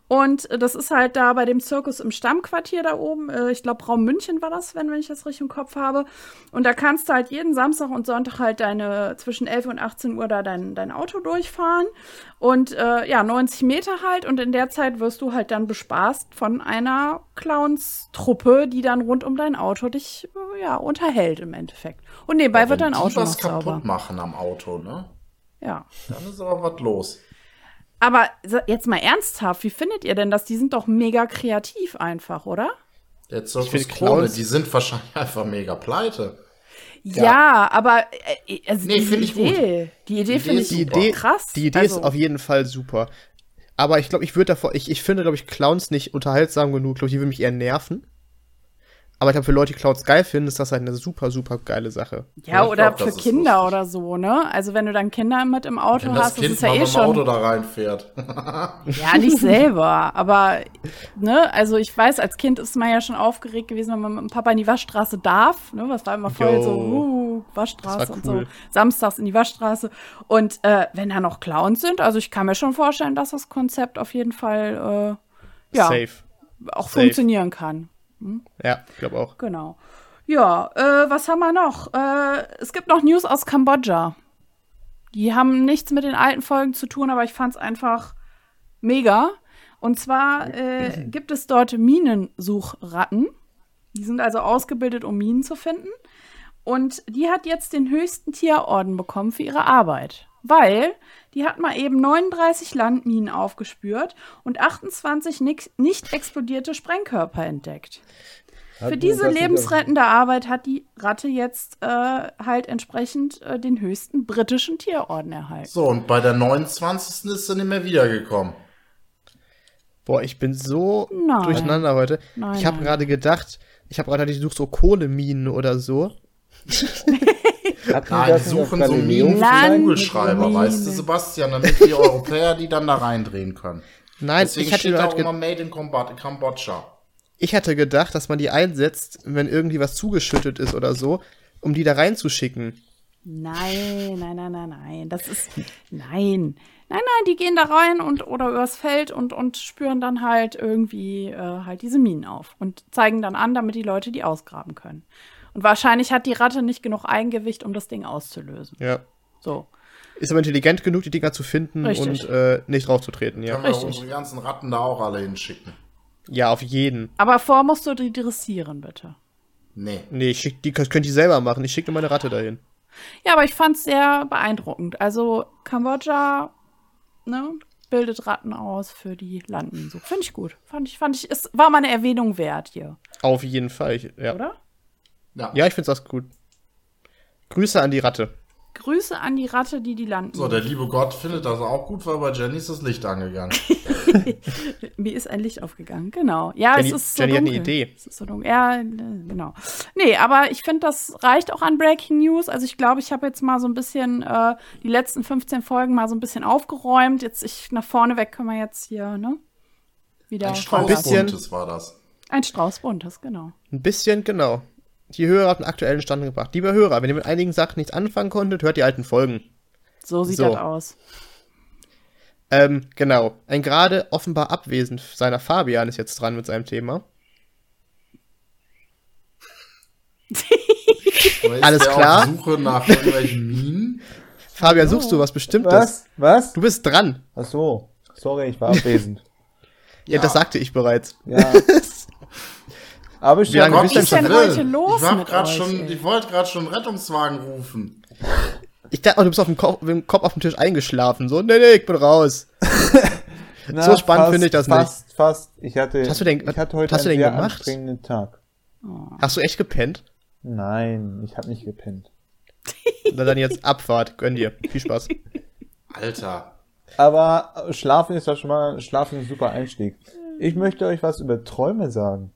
Und das ist halt da bei dem Zirkus im Stammquartier da oben. Ich glaube, Raum München war das, wenn ich das richtig im Kopf habe. Und da kannst du halt jeden Samstag und Sonntag halt zwischen 11 und 18 Uhr da dein Auto durchfahren. Und 90 Meter halt. Und in der Zeit wirst du halt dann bespaßt von einer Clownstruppe, die dann rund um dein Auto dich unterhält im Endeffekt. Und nebenbei wird dein Auto noch was kaputt sauber. machen am Auto, ne? Ja. Dann ist aber was los. Aber jetzt mal ernsthaft, wie findet ihr denn das? Die sind doch mega kreativ einfach, oder? Der Zirkus finde Krone, Clowns- die sind wahrscheinlich einfach mega pleite. Ja, aber Nee, finde ich gut. Die Idee finde ich Die super Idee, krass. Die Idee ist auf jeden Fall super. Aber ich glaube, ich finde, glaube ich, Clowns nicht unterhaltsam genug. Glaube ich, die würden mich eher nerven. Aber ich glaube, für Leute, die Clowns geil finden, ist das halt eine super, super geile Sache. Ja, ich oder glaub, für das ist Kinder lustig. oder so, ne? Also wenn du dann Kinder mit im Auto Wenn das hast, das Kind ist ja mal eh mit dem schon. Auto da reinfährt. Ja, nicht selber, aber ne, also ich weiß, als Kind ist man ja schon aufgeregt gewesen, wenn man mit dem Papa in die Waschstraße darf, ne? Was war immer voll so, Waschstraße das war und cool. so, samstags in die Waschstraße. Und wenn da noch Clowns sind, also ich kann mir schon vorstellen, dass das Konzept auf jeden Fall Safe. auch Safe. funktionieren kann. Ja, ich glaube auch. Genau. Ja, was haben wir noch? Es gibt noch News aus Kambodscha. Die haben nichts mit den alten Folgen zu tun, aber ich fand's einfach mega. Und zwar gibt es dort Minensuchratten. Die sind also ausgebildet, um Minen zu finden. Und die hat jetzt den höchsten Tierorden bekommen für ihre Arbeit. Weil die hat mal eben 39 Landminen aufgespürt und 28 nicht explodierte Sprengkörper entdeckt. Für diese lebensrettende Arbeit hat die Ratte jetzt halt entsprechend den höchsten britischen Tierorden erhalten. So, und bei der 29. ist sie nicht mehr wiedergekommen. Boah, ich bin so Nein. durcheinander heute. Nein, Ich habe nein. gerade gedacht, ich suche so Kohleminen oder so. Nein, die suchen so Minen für Land- Kugelschreiber, Mine. weißt du, Sebastian, damit die Europäer die dann da reindrehen können. Nein, Deswegen ich hatte steht nur da halt auch immer Made in Kambodscha. Ich hatte gedacht, dass man die einsetzt, wenn irgendwie was zugeschüttet ist oder so, um die da reinzuschicken. Nein. Das ist. Nein, die gehen da rein oder übers Feld und spüren dann halt irgendwie halt diese Minen auf und zeigen dann an, damit die Leute die ausgraben können. Und wahrscheinlich hat die Ratte nicht genug Eigengewicht, um das Ding auszulösen. Ja. So. Ist aber intelligent genug, die Dinger zu finden Richtig. und nicht draufzutreten, ja. Können wir Richtig. unsere ganzen Ratten da auch alle hinschicken? Ja, auf jeden. Aber vor musst du die dressieren, bitte. Nee. Nee, könnt die selber machen. Ich schicke nur meine Ratte dahin. Ja, aber ich fand's sehr beeindruckend. Also Kambodscha, ne, bildet Ratten aus für die Landminensuche. Finde ich gut. Fand ich, es war mal eine Erwähnung wert hier, Auf jeden Fall. Ja, oder? ja, ich find's das gut. Grüße an die Ratte. Grüße an die Ratte, die Landminen. So, der liebe Gott findet das auch gut, weil bei Jenny ist das Licht angegangen. Mir ist ein Licht aufgegangen, genau. Ja, Jenny- es ist so Jenny hat eine dunkel. Idee. Es ist so dunkel. Ja, genau. Nee, aber ich finde, das reicht auch an Breaking News. Also ich glaube, ich habe jetzt mal so ein bisschen die letzten 15 Folgen mal so ein bisschen aufgeräumt. Jetzt nach vorne weg können wir jetzt hier, ne? Wieder Ein Vollgas. Straußbuntes war das. Ein Strauß buntes, genau. Ein bisschen, genau. Die Hörer hat einen aktuellen Stand gebracht. Liebe Hörer, wenn ihr mit einigen Sachen nichts anfangen konntet, hört die alten Folgen. So sieht So. das aus. Genau. Ein gerade offenbar abwesend seiner Fabian ist jetzt dran mit seinem Thema. Aber ist Alles der klar? auf Suche nach irgendwelchen Minen? Fabian, suchst du was Bestimmtes? Was? Du bist dran. Ach so. Sorry, ich war abwesend. Ja, das sagte ich bereits. Ja. Aber ich Wie lange hab- bist du ist denn schon heute los Ich, mit euch, ey? ich wollte gerade schon einen Rettungswagen rufen. Ich dachte, du bist auf dem Kopf auf dem Tisch eingeschlafen. So, nee, ich bin raus. Na, so spannend finde ich das nicht. Fast. Ich hatte Was hast du denn- ich hatte heute was hast du einen denn sehr gemacht? anstrengenden Tag. Hast du echt gepennt? Nein, ich habe nicht gepennt. Na dann jetzt Abfahrt. Gönn dir. Viel Spaß. Alter. Aber Schlafen ist doch schon mal ist ein super Einstieg. Ich möchte euch was über Träume sagen.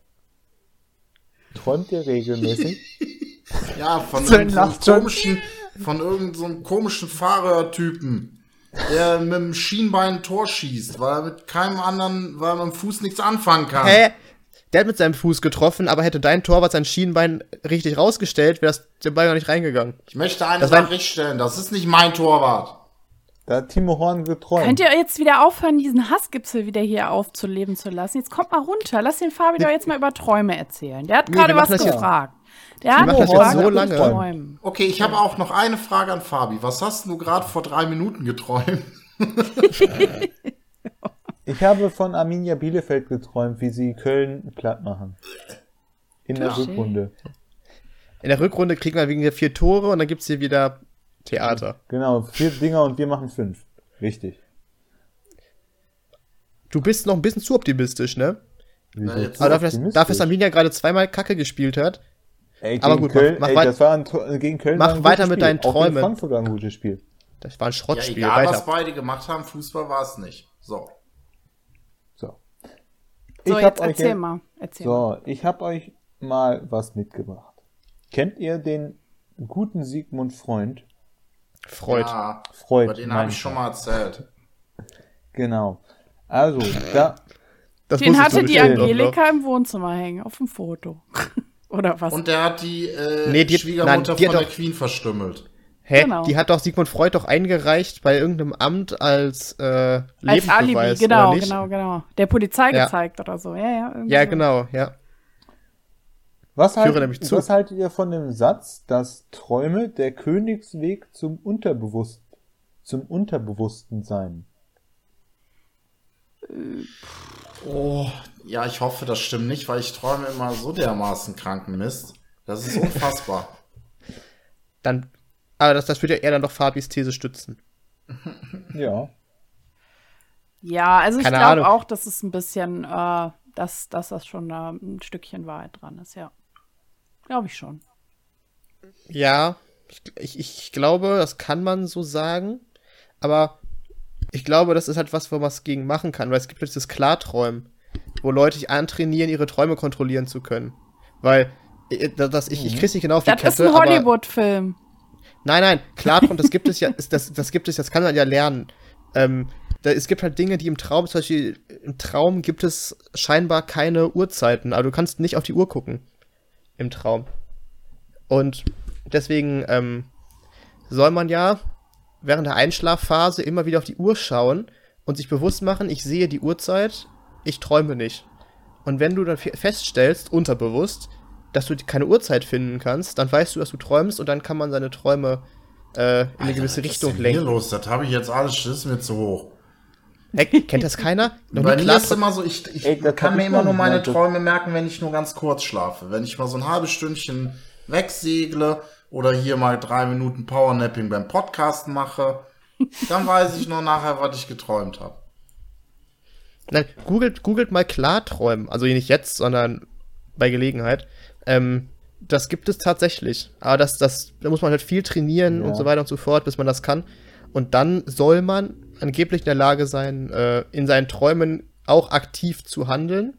Träumt ihr regelmäßig? Ja, von Sven irgendeinem lacht schon. komischen Fahrertypen, der mit dem Schienbein ein Tor schießt, weil er mit dem Fuß nichts anfangen kann. Hä? Der hat mit seinem Fuß getroffen, aber hätte dein Torwart sein Schienbein richtig rausgestellt, wäre der Ball gar nicht reingegangen. Ich möchte eine Das war- Sache richtigstellen, das ist nicht mein Torwart. Da hat Timo Horn geträumt. Könnt ihr jetzt wieder aufhören, diesen Hassgipfel wieder hier aufzuleben zu lassen? Jetzt kommt mal runter. Lass den Fabi doch jetzt mal über Träume erzählen. Der hat Nee, gerade wir was machen das jetzt- gefragt. Der hat machen das jetzt gefragt, so ob lange. wir träumen. Okay, ich habe auch noch eine Frage an Fabi. Was hast du gerade vor 3 Minuten geträumt? Ich habe von Arminia Bielefeld geträumt, wie sie Köln platt machen. In der Touché. Rückrunde. In der Rückrunde kriegen wir wegen der 4 Tore und dann gibt's hier wieder Theater. Genau, 4 Dinger und wir machen 5. Richtig. Du bist noch ein bisschen zu optimistisch, ne? Wieso? jetzt- Aber dafür, Optimistisch. dass Arminia gerade zweimal Kacke gespielt hat. Ey, aber gegen gut, Köln, mach ey, weit- das war gegen Köln mach war ein weiter gutes mit Spiel. deinen Auch gegen Träumen. Frankfurt war ein gutes Spiel. Das war ein Ja, Schrottspiel. egal, was Weiter. beide gemacht haben, Fußball war es nicht. So. So. So, hab jetzt euch erzähl mal. Erzähl mal. So, ich habe euch mal was mitgebracht. Kennt ihr den guten Sigmund Freund? Freud. Ja, Freud. über den meine habe ich schon mal erzählt. Genau. Also, da, Das Den wusstest hatte du die bestimmt doch noch. Angelika im Wohnzimmer hängen, auf dem Foto. Oder was? Und der hat die Nee, die- Schwiegermutter nein, die hat von der doch- Queen verstümmelt. Hä? Genau. Die hat doch Sigmund Freud doch eingereicht bei irgendeinem Amt als Als Lebensbeweis, Alibi, genau, oder nicht? genau. Der Polizei Ja. gezeigt oder so. Ja, irgendwie Ja, so. genau, ja. was, Führe nämlich zu. was haltet ihr von dem Satz, dass Träume der Königsweg zum Unterbewussten seien? Oh, ja, ich hoffe, das stimmt nicht, weil ich träume immer so dermaßen kranken Mist. Das ist unfassbar. Aber das würde ja eher dann doch Fabis These stützen. Ja. Ja, also ich Keine glaube Ahnung. auch, dass es ein bisschen, dass das schon da ein Stückchen Wahrheit dran ist, ja. Glaube ich schon. Ja, ich glaube, das kann man so sagen. Aber ich glaube, das ist halt was, wo man es gegen machen kann. Weil es gibt dieses Klarträumen, wo Leute sich antrainieren, ihre Träume kontrollieren zu können. Weil, ich krieg's nicht genau auf die Das ist Kette, ein aber... Hollywood-Film. Nein, Klartraum, das gibt es ja, das gibt es, das kann man ja lernen. Es gibt halt Dinge, die im Traum, zum Beispiel im Traum gibt es scheinbar keine Uhrzeiten, aber du kannst nicht auf die Uhr gucken im Traum. Und deswegen soll man ja während der Einschlafphase immer wieder auf die Uhr schauen und sich bewusst machen, ich sehe die Uhrzeit, ich träume nicht. Und wenn du dann feststellst, unterbewusst, dass du keine Uhrzeit finden kannst, dann weißt du, dass du träumst und dann kann man seine Träume in eine gewisse Richtung Was ist denn hier lenken. los? Das habe ich jetzt alles, das ist mir zu hoch. Hey, kennt das keiner? Noch Bei nie mir ist klar. immer so, ich Ey, das kann hab mir ich immer noch nur nicht meine gemerkt. Träume merken, wenn ich nur ganz kurz schlafe. Wenn ich mal so ein halbes Stündchen wegsegle oder hier mal 3 Minuten Powernapping beim Podcasten mache, dann weiß ich nur nachher, was ich geträumt habe. Nein, googelt mal Klarträumen. Also nicht jetzt, sondern bei Gelegenheit. Das gibt es tatsächlich. Aber da muss man halt viel trainieren Ja. und so weiter und so fort, bis man das kann. Und dann soll man angeblich in der Lage sein, in seinen Träumen auch aktiv zu handeln.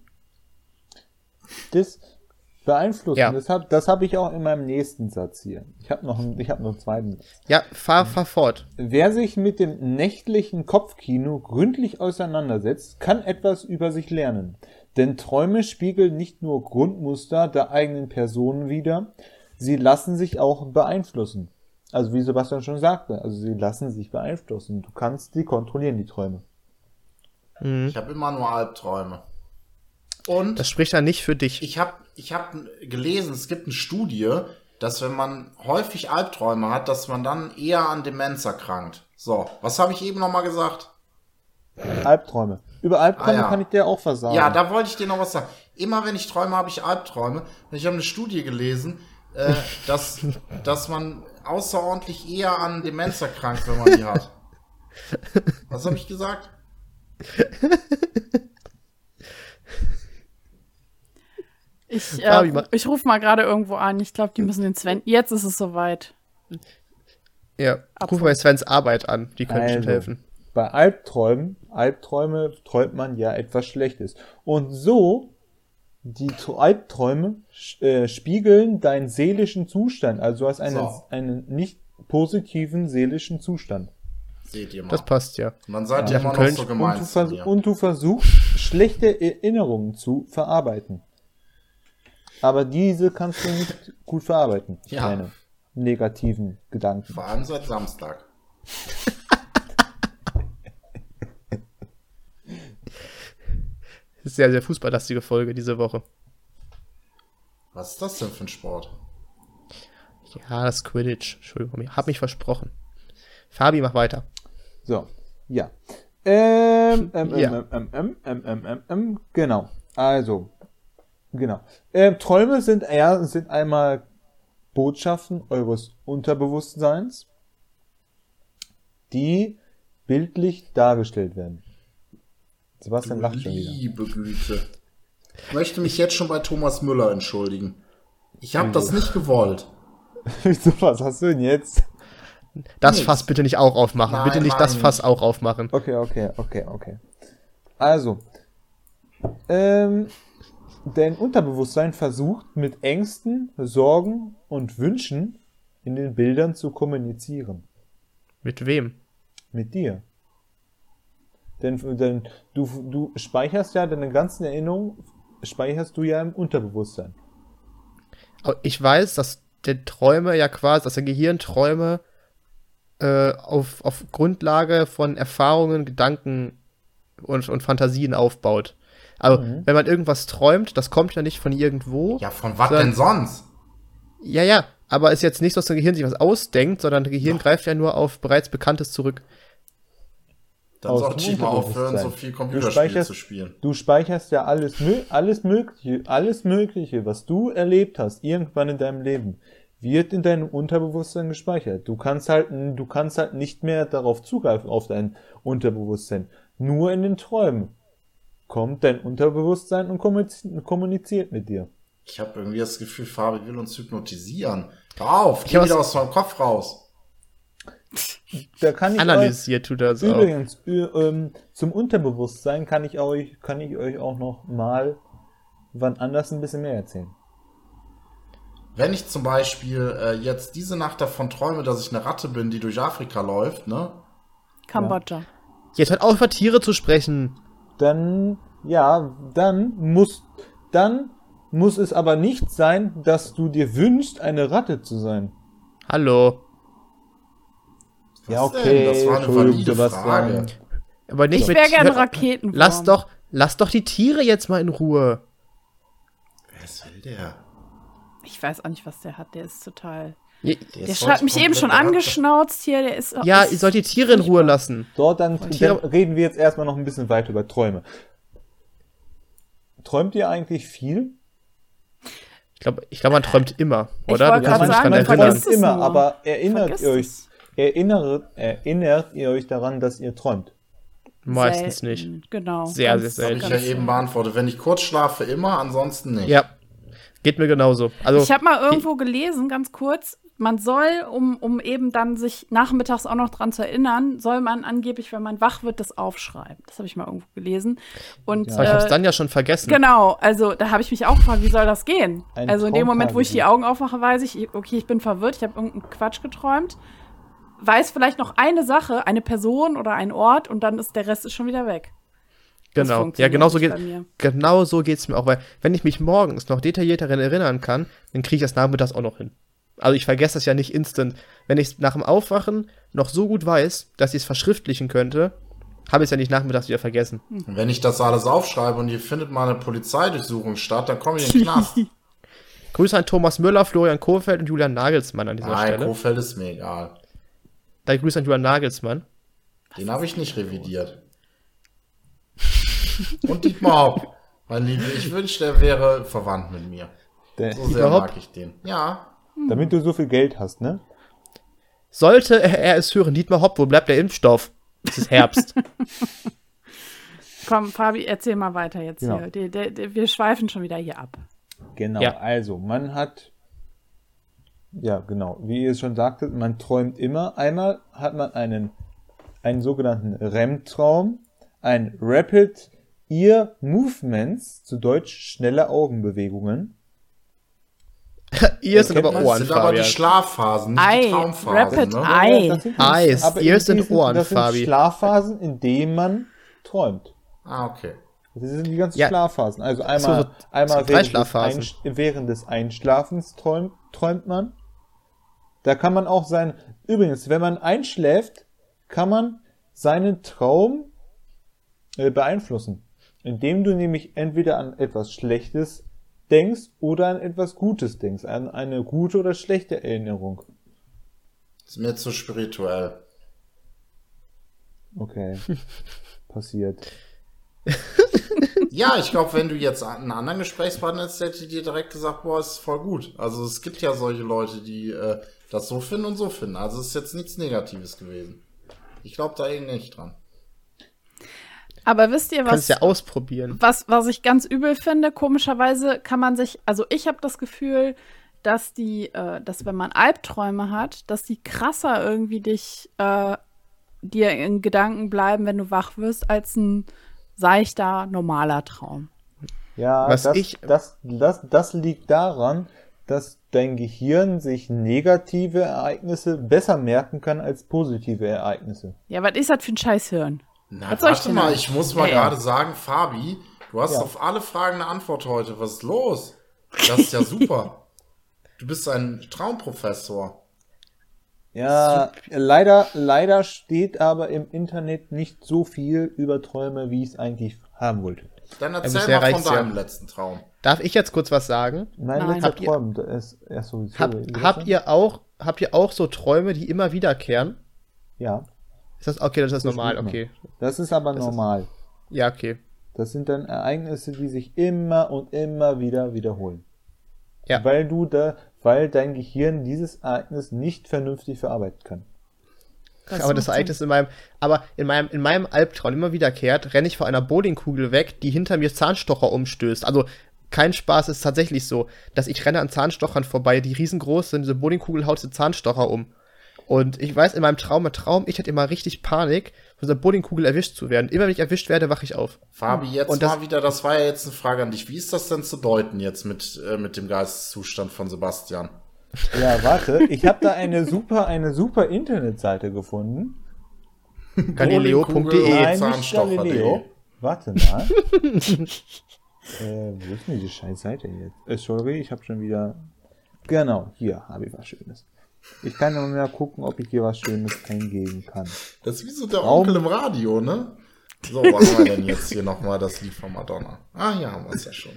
Das beeinflussen, Ja. das hab ich auch in meinem nächsten Satz hier. Ich habe noch einen zweiten Satz. Ja, fahr fort. Wer sich mit dem nächtlichen Kopfkino gründlich auseinandersetzt, kann etwas über sich lernen. Denn Träume spiegeln nicht nur Grundmuster der eigenen Person wider, sie lassen sich auch beeinflussen. Also wie Sebastian schon sagte, also sie lassen sich beeinflussen. Du kannst die kontrollieren, die Träume. Ich habe immer nur Albträume. Und Das spricht dann nicht für dich. ich hab gelesen, es gibt eine Studie, dass wenn man häufig Albträume hat, dass man dann eher an Demenz erkrankt. So, was habe ich eben nochmal gesagt? Albträume. Über Albträume Ah, ja. kann ich dir auch was sagen. Ja, da wollte ich dir noch was sagen. Immer wenn ich träume, habe ich Albträume. Und ich habe eine Studie gelesen, dass man außerordentlich eher an Demenz erkrankt, wenn man die hat. Was habe ich gesagt? Fabi, Ich rufe mal gerade irgendwo an. Ich glaube, die müssen den Sven. Jetzt ist es soweit. Ja, ruf bei Svens Arbeit an. Die können bestimmt Also, helfen. Bei Albträume träumt man ja etwas Schlechtes. Und so, die Albträume spiegeln deinen seelischen Zustand. Also du hast einen nicht positiven seelischen Zustand. Seht ihr mal. Das passt ja. Und dann seid Ja, ihr immer noch Köln- so Und gemein du, zu mir. und du versuchst, schlechte Erinnerungen zu verarbeiten. Aber diese kannst du nicht gut verarbeiten. Ja. Deine negativen Gedanken. Vor allem seit Samstag. Sehr, sehr fußballlastige Folge diese Woche. Was ist das denn für ein Sport? Ja, das Quidditch. Entschuldigung, ich hab mich versprochen. Fabi, mach weiter. So, ja. Ja. Genau. Also, genau. Träume sind einmal Botschaften eures Unterbewusstseins, die bildlich dargestellt werden. Sebastian lacht schon wieder. Liebe Güte. Ich möchte mich jetzt schon bei Thomas Müller entschuldigen. Ich habe das nicht gewollt. Wieso, was hast du denn jetzt? Das Nix. Fass bitte nicht auch aufmachen. Nein, bitte nicht das nein. Fass auch aufmachen. Okay. Also, dein Unterbewusstsein versucht mit Ängsten, Sorgen und Wünschen in den Bildern zu kommunizieren. Mit wem? Mit dir. Denn du speicherst ja deine ganzen Erinnerungen, speicherst du ja im Unterbewusstsein. Aber ich weiß, dass der Träume ja quasi, dass der Gehirn Träume auf Grundlage von Erfahrungen, Gedanken und Fantasien aufbaut. Also, wenn man irgendwas träumt, das kommt ja nicht von irgendwo. Ja, von was Sondern- denn sonst? Ja, aber ist jetzt nicht so, dass das Gehirn sich was ausdenkt, sondern das Gehirn greift ja nur auf bereits Bekanntes zurück. Dann Aus sollte dem ich mal aufhören, so Unterbewusstsein. viel Du Computerspiele speicherst- zu spielen. Du speicherst ja alles Mögliche, was du erlebt hast, irgendwann in deinem Leben, wird in deinem Unterbewusstsein gespeichert. Du kannst halt nicht mehr darauf zugreifen, auf dein Unterbewusstsein. Nur in den Träumen kommt dein Unterbewusstsein und kommuniziert mit dir. Ich habe irgendwie das Gefühl, Fabi will uns hypnotisieren. Hör auf, Ich geh hab wieder was- aus meinem Kopf raus. Da kann ich Analysiert tut das auch. übrigens, zum Unterbewusstsein kann ich euch auch noch mal wann anders ein bisschen mehr erzählen. Wenn ich zum Beispiel jetzt diese Nacht davon träume, dass ich eine Ratte bin, die durch Afrika läuft, ne? Kambodscha. Jetzt hört auf, über Tiere zu sprechen. Dann muss es aber nicht sein, dass du dir wünschst, eine Ratte zu sein. Hallo. Was Ja, okay, denn? Das war eine Entschuldigung, valide Sebastian. Frage. Aber nicht Ich mit wäre gerne hört- Raketenwurm. Lass doch die Tiere jetzt mal in Ruhe. Was will der? Ich weiß auch nicht, was der hat. Der ist total. Ja, Der ist hat heute mich eben schon komplett angeschnauzt hier. Der ist. ihr ist sollt die Tiere in Ruhe lassen. Dort dann Tiere- reden wir jetzt erstmal noch ein bisschen weiter über Träume. Träumt ihr eigentlich viel? Ich glaube, man träumt immer, Ich oder? wollte Du kannst gerade mich sagen, dran man erinnern. vergisst es immer, nur. aber erinnert Vergisst ihr euch daran, dass ihr träumt? Meistens selten. nicht. Genau. Sehr, Ganz- sehr Habe ich selten. ja ganz eben beantwortet. Wenn ich kurz schlafe, immer, ansonsten nicht. Ja, geht mir genauso. Also, Ich habe mal irgendwo gelesen, ganz kurz, man soll, um eben dann sich nachmittags auch noch dran zu erinnern, soll man angeblich, wenn man wach wird, das aufschreiben. Das habe ich mal irgendwo gelesen. Und aber ich habe es dann ja schon vergessen. genau, also da habe ich mich auch gefragt, wie soll das gehen? Ein Also in dem Moment, wo ich die Traumtagebuch. Augen aufmache, weiß ich, okay, ich bin verwirrt, ich habe irgendeinen Quatsch geträumt, weiß vielleicht noch eine Sache, eine Person oder ein Ort und dann ist der Rest ist schon wieder weg. Das Genau. Ja, funktioniert genau so nicht geht bei mir. genau so geht's mir auch, weil wenn ich mich morgens noch detaillierter daran erinnern kann, dann kriege ich das nachmittags auch noch hin. Also ich vergesse das ja nicht instant. Wenn ich es nach dem Aufwachen noch so gut weiß, dass ich es verschriftlichen könnte, habe ich es ja nicht nachmittags wieder vergessen. Und wenn ich das alles aufschreibe und hier findet mal eine Polizeidurchsuchung statt, dann komme ich in den Knast. Grüße an Thomas Müller, Florian Kohfeldt und Julian Nagelsmann an dieser Nein, Stelle. Kofeld ist mir egal. Da Grüße an Julian Nagelsmann. Den habe ich nicht revidiert. Und Dietmar Hopp. Mein Liebe, ich wünschte, er wäre verwandt mit mir. So sehr Hopp? mag ich den. Ja. Damit du so viel Geld hast, ne? Sollte er es hören, Dietmar Hopp, wo bleibt der Impfstoff? Es ist Herbst. Komm, Fabi, erzähl mal weiter jetzt Genau. hier. Wir schweifen schon wieder hier ab. Genau, Ja. also man hat, ja genau, wie ihr es schon sagtet, man träumt immer. Einmal hat man einen sogenannten REM-Traum, ein Rapid Ear Movements, zu Deutsch schnelle Augenbewegungen. Ihr sind kennt aber man. Das Ohren, sind aber die Fabian. Schlafphasen, nicht Ei, die Traumphasen. Rapid Ne? Eye. Das sind Eyes, aber Ears in sind Ohren, das sind Fabi. Schlafphasen, in denen man träumt. Ah, okay. Das sind die ganzen Ja. Schlafphasen. Also So, einmal, so einmal drei Schlafphasen. während des Einschlafens träumt man. Da kann man auch übrigens, wenn man einschläft, kann man seinen Traum beeinflussen. Indem du nämlich entweder an etwas Schlechtes denkst oder an etwas Gutes denkst. An eine gute oder schlechte Erinnerung. Ist mir zu spirituell. Okay. Passiert. Ja, ich glaube, wenn du jetzt einen anderen Gesprächspartner hättest, hätte ich dir direkt gesagt, boah, ist voll gut. Also es gibt ja solche Leute, die das so finden und so finden. Also es ist jetzt nichts Negatives gewesen. Ich glaube da irgendwie nicht dran. Aber wisst ihr, Kannst ja ausprobieren. was ich ganz übel finde? Komischerweise kann man sich, also ich habe das Gefühl, dass dass wenn man Albträume hat, dass die krasser irgendwie dir in Gedanken bleiben, wenn du wach wirst, als ein seichter, normaler Traum. Ja, das liegt daran, dass dein Gehirn sich negative Ereignisse besser merken kann als positive Ereignisse. Ja, was ist das für ein Scheißhirn? Na, Was soll ich warte denn mal, da? ich muss mal Ja. gerade sagen, Fabi, du hast Ja. auf alle Fragen eine Antwort heute. Was ist los? Das ist ja super. Du bist ein Traumprofessor. Ja, leider steht aber im Internet nicht so viel über Träume, wie ich es eigentlich haben wollte. Dann Also erzähl bisher mal von reicht's ja. deinem letzten Traum. Darf ich jetzt kurz was sagen? Mein Nein. letzter Habt ihr- Traum, das ist erst sowieso. Habt ihr auch so Träume, die immer wiederkehren? Ja, Ist das okay, das ist normal, stimmt. okay. das ist aber Das ist- normal. Ja, okay. Das sind dann Ereignisse, die sich immer und immer wieder wiederholen. Ja. Weil dein Gehirn dieses Ereignis nicht vernünftig verarbeiten kann. Aber das Ereignis in meinem Albtraum immer wiederkehrt, renne ich vor einer Bowlingkugel weg, die hinter mir Zahnstocher umstößt. Also kein Spaß, ist tatsächlich so, dass ich renne an Zahnstochern vorbei, die riesengroß sind, diese Bowlingkugel haut diese Zahnstocher um. Und ich weiß, in meinem Traum, ich hatte immer richtig Panik, von dieser Bowlingkugel erwischt zu werden. Immer wenn ich erwischt werde, wache ich auf. Fabi, jetzt Und das- mal wieder, das war ja jetzt eine Frage an dich. Wie ist das denn zu deuten jetzt mit dem Geisteszustand von Sebastian? Ja, warte, ich habe da eine super Internetseite gefunden. Galileo.de. Bowlingkugel. Nein, nicht Zahnstocher.de. Galileo. Warte mal. Wo ist denn diese scheiß Seite jetzt? Sorry, ich habe schon wieder... Genau, hier habe ich was Schönes. Ich kann noch mal gucken, ob ich hier was Schönes eingeben kann. Das ist wie so der Traum- Onkel im Radio, ne? So, was haben wir denn jetzt hier nochmal das Lied von Madonna? Ah, ja, haben wir es ja schon.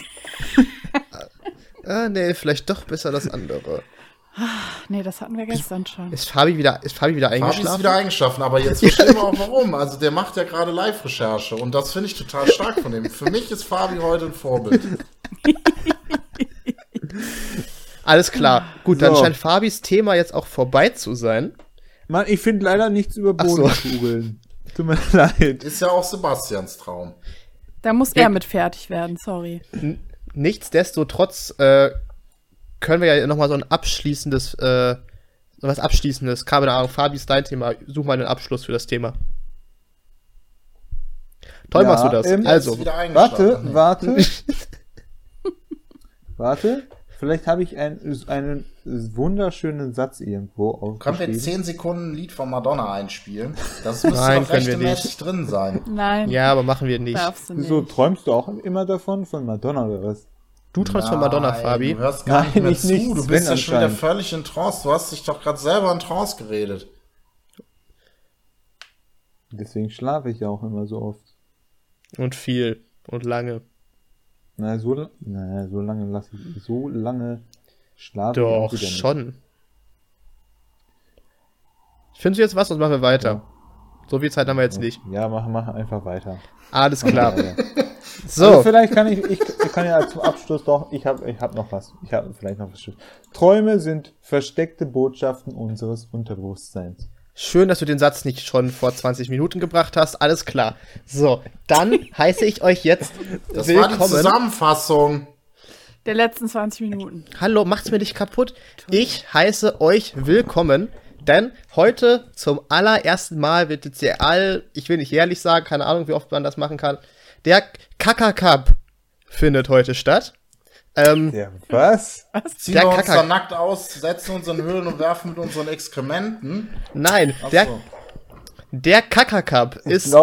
Nee, vielleicht doch besser das andere. Nee, das hatten wir gestern schon. Ist Fabi wieder Fabi ist eingeschlafen? wieder eingeschlafen, aber jetzt verstehen wir auch warum. Also der macht ja gerade Live-Recherche und das finde ich total stark von ihm. Für mich ist Fabi heute ein Vorbild. Alles klar. Gut, dann So. scheint Fabis Thema jetzt auch vorbei zu sein. Mann, ich finde leider nichts über Ach so. Bodenkugeln. Tut mir leid. Ist ja auch Sebastians Traum. Da muss er mit fertig werden, sorry. Nichtsdestotrotz können wir ja nochmal so ein abschließendes, keine Ahnung, Fabi ist dein Thema, such mal einen Abschluss für das Thema. Toll Ja, machst du das. Also, Ist wieder eingeschlafen. Warte. Vielleicht habe ich einen wunderschönen Satz irgendwo Können wir aufgeschrieben. 10 Sekunden ein Lied von Madonna einspielen? Das müsste Nein, doch können wir rechtmäßig drin sein. Nein, ja, aber machen wir nicht. darfst du nicht. So, träumst du auch immer davon? Von Madonna oder was? Du träumst von Madonna, Nein, Fabi. Du hörst gar nicht Nein, mehr ich zu. nicht, Du Sven bist ja schon wieder anscheinend. völlig in Trance. Du hast dich doch gerade selber in Trance geredet. Deswegen schlafe ich ja auch immer so oft. Und viel und lange. So lange schlafe ich auch Doch, wieder nicht. schon. Findest du jetzt was, sonst machen wir weiter. So viel Zeit haben wir jetzt nicht. Ja, mach einfach weiter. Alles klar. Also So, vielleicht kann ich kann ja zum Abschluss doch, ich hab noch was. Ich habe vielleicht noch was. Träume sind versteckte Botschaften unseres Unterbewusstseins. schön, dass du den Satz nicht schon vor 20 Minuten gebracht hast. Alles klar. So, dann heiße ich euch jetzt Das war die willkommen. Zusammenfassung. Der letzten 20 Minuten. Hallo, macht's mir nicht kaputt. Ich heiße euch willkommen, denn heute zum allerersten Mal wird jetzt ich will nicht jährlich sagen, keine Ahnung, wie oft man das machen kann, der Kaka Cup findet heute statt. Ja, was? Ziehen Der wir uns Kaka- da nackt aus, setzen uns in Höhlen und werfen mit unseren Exkrementen. Nein, Ach der, so. der Kaka Cup ist Ich glaube,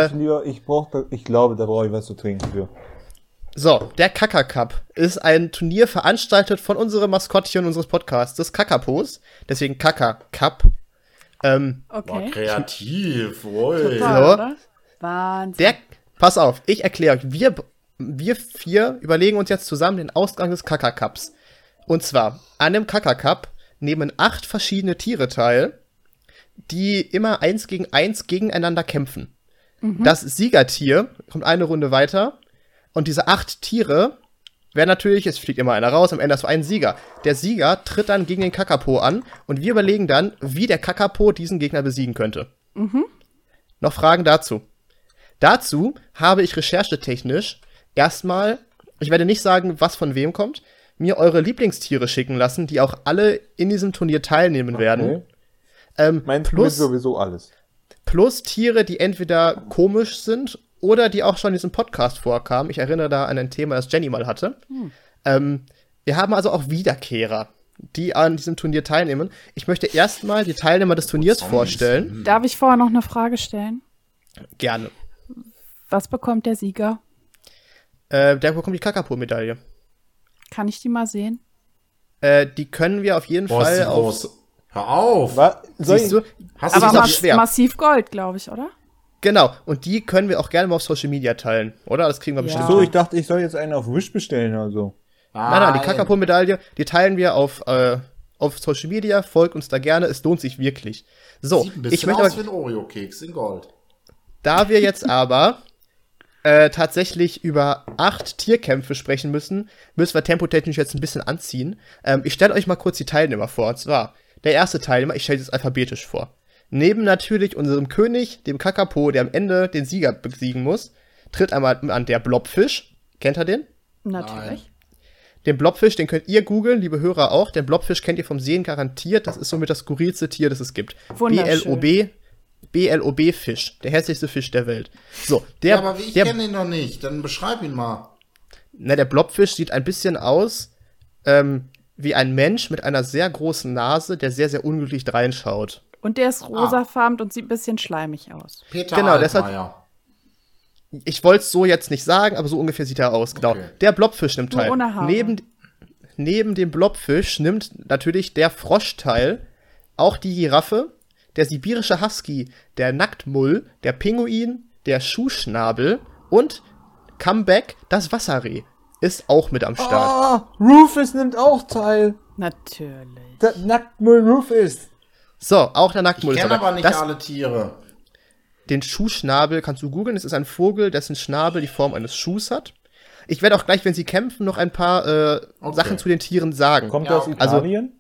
da brauche ich was zu trinken für. der Kaka Cup ist ein Turnier veranstaltet von unserem Maskottchen unseres Podcasts, des Kakapos, deswegen Kaka Cup. Boah, Okay. kreativ, ui. Total, So. oder? Wahnsinn. Pass auf, ich erkläre euch. Wir 4 überlegen uns jetzt zusammen den Ausgang des Kaka-Cups. Und zwar, an dem Kaka-Cup nehmen 8 verschiedene Tiere teil, die immer 1 gegen 1 gegeneinander kämpfen. Das Siegertier kommt eine Runde weiter und diese 8 Tiere werden natürlich, es fliegt immer einer raus, am Ende hast du einen Sieger. Der Sieger tritt dann gegen den Kakapo an und wir überlegen dann, wie der Kakapo diesen Gegner besiegen könnte. Noch Fragen dazu? Dazu habe ich recherchetechnisch erstmal, ich werde nicht sagen, was von wem kommt, mir eure Lieblingstiere schicken lassen, die auch alle in diesem Turnier teilnehmen werden. Meinst du sowieso alles? Plus Tiere, die entweder komisch sind oder die auch schon in diesem Podcast vorkamen. Ich erinnere da an ein Thema, das Jenny mal hatte. Wir haben also auch Wiederkehrer, die an diesem Turnier teilnehmen. Ich möchte erstmal die Teilnehmer des Turniers vorstellen. Darf ich vorher noch eine Frage stellen? Gerne. Was bekommt der Sieger? Der bekommt die Kakapo-Medaille. Kann ich die mal sehen? Die können wir auf jeden Boah, ist Fall die auf... groß. Hör auf! Siehst du? Hast Aber du noch das schwer. massiv Gold, glaube ich, oder? Genau, und die können wir auch gerne mal auf Social Media teilen, oder? Das kriegen wir bestimmt. So, ich dachte, ich soll jetzt einen auf Wish bestellen oder so. Nein, die Kakapo-Medaille, die teilen wir auf Social Media, folgt uns da gerne, es lohnt sich wirklich. So, Sieht ein ich bisschen möchte aus aber, wie ein Oreo-Keks in Gold. da wir jetzt aber tatsächlich über 8 Tierkämpfe sprechen müssen wir tempotechnisch jetzt ein bisschen anziehen. Ich stelle euch mal kurz die Teilnehmer vor. Und zwar, der erste Teilnehmer, ich stelle es alphabetisch vor. Neben natürlich unserem König, dem Kakapo, der am Ende den Sieger besiegen muss, tritt einmal an der Blobfisch. Kennt ihr den? Natürlich. Den Blobfisch, den könnt ihr googeln, liebe Hörer auch. Den Blobfisch kennt ihr vom Sehen garantiert. Das ist somit das skurrilste Tier, das es gibt. Wunderschön. BLOB-Fisch. Der hässlichste Fisch der Welt. So, der, Aber ich kenne ihn noch nicht. Dann beschreib ihn mal. der Blobfisch sieht ein bisschen aus wie ein Mensch mit einer sehr großen Nase, der sehr, sehr unglücklich reinschaut. Und der ist rosafarben und sieht ein bisschen schleimig aus. Peter Genau, Altmaier. Ich wollte es so jetzt nicht sagen, aber so ungefähr sieht er aus. Genau. Okay. Der Blobfisch nimmt Nur teil. ohne Haare. Neben dem Blobfisch nimmt natürlich der Frosch teil, auch die Giraffe, der sibirische Husky, der Nacktmull, der Pinguin, der Schuhschnabel und Comeback, das Wasserreh, ist auch mit am Start. Ah, Rufus nimmt auch teil. Natürlich. Der Nacktmull Rufus. So, auch der Nacktmull Ich ist kenne dabei. aber nicht alle Tiere. Den Schuhschnabel kannst du googeln. Es ist ein Vogel, dessen Schnabel die Form eines Schuhs hat. Ich werde auch gleich, wenn sie kämpfen, noch ein paar Sachen zu den Tieren sagen. Kommt Ja, er aus Italien?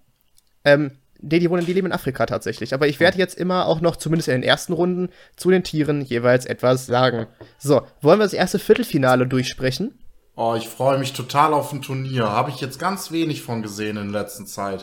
Die leben in Afrika tatsächlich. Aber ich werde jetzt immer auch noch, zumindest in den ersten Runden, zu den Tieren jeweils etwas sagen. So, wollen wir das erste Viertelfinale durchsprechen? Oh, ich freue mich total auf ein Turnier. Habe ich jetzt ganz wenig von gesehen in letzter Zeit.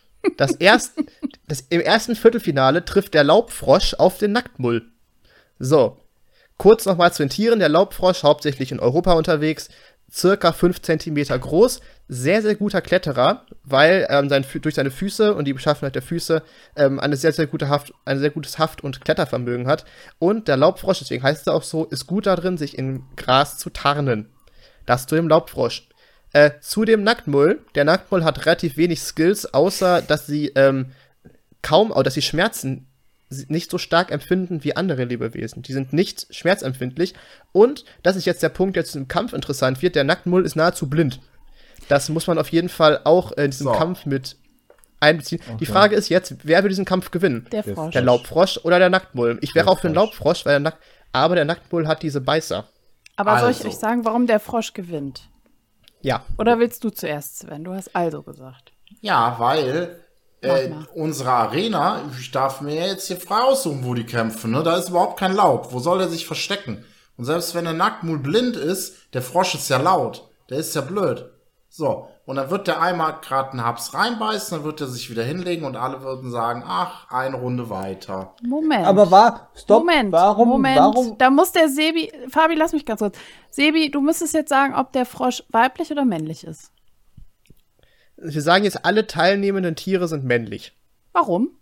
Im ersten Viertelfinale trifft der Laubfrosch auf den Nacktmull. So, kurz nochmal zu den Tieren. Der Laubfrosch, hauptsächlich in Europa unterwegs, circa 5 Zentimeter groß, sehr, sehr guter Kletterer, weil durch seine Füße und die Beschaffenheit der Füße ein sehr gutes Haft- und Klettervermögen hat. Und der Laubfrosch, deswegen heißt es auch so, ist gut darin, sich in Gras zu tarnen. Das zu dem Laubfrosch. Zu dem Nacktmull. Der Nacktmull hat relativ wenig Skills, außer dass sie dass sie Schmerzen nicht so stark empfinden wie andere Lebewesen. Die sind nicht schmerzempfindlich. Und, das ist jetzt der Punkt, der jetzt im Kampf interessant wird, der Nacktmull ist nahezu blind. Das muss man auf jeden Fall auch in diesem Kampf mit einbeziehen. Okay. Die Frage ist jetzt, wer will diesen Kampf gewinnen? Der Frosch. Der Laubfrosch oder der Nacktmull? Ich wäre auch für den Laubfrosch, weil aber der Nacktmull hat diese Beißer. Aber soll ich euch sagen, warum der Frosch gewinnt? Ja. Oder willst du zuerst, Sven? Du hast also gesagt. Ja, weil unsere Arena, ich darf mir jetzt hier frei aussuchen, wo die kämpfen. Ne? Da ist überhaupt kein Laub. Wo soll er sich verstecken? Und selbst wenn der Nacktmull blind ist, der Frosch ist ja laut. Der ist ja blöd. So, und dann wird der einmal gerade einen Haps reinbeißen, dann wird er sich wieder hinlegen und alle würden sagen, ach, eine Runde weiter. Moment. Aber Moment. Warum? Da muss der Sebi, Fabi, lass mich ganz kurz. Sebi, du müsstest jetzt sagen, ob der Frosch weiblich oder männlich ist. Wir sagen jetzt, alle teilnehmenden Tiere sind männlich. Warum?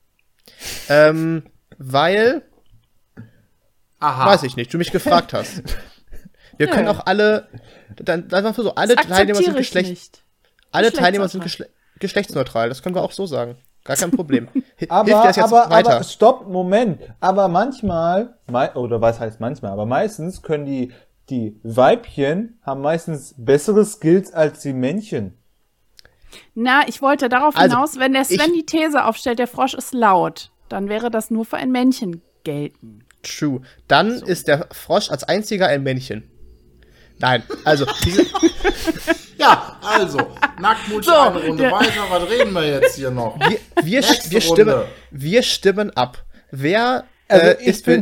Weil, weiß ich nicht, du mich gefragt hast. Wir können auch alle, dann einfach so, alle Teilnehmer sind geschlechtsneutral, das können wir auch so sagen. Gar kein Problem. Hilft Aber, dir das jetzt weiter? aber, stopp, Moment. Aber manchmal, oder was heißt manchmal, aber meistens können die Weibchen haben meistens bessere Skills als die Männchen. Na, ich wollte darauf Also, hinaus, wenn der Sven die These aufstellt, der Frosch ist laut, dann wäre das nur für ein Männchen gelten. True. Dann ist der Frosch als einziger ein Männchen. Nein, also Ja, also, Nacktmulch eine Runde weiter. Was reden wir jetzt hier noch? wir stimmen ab. Wer Also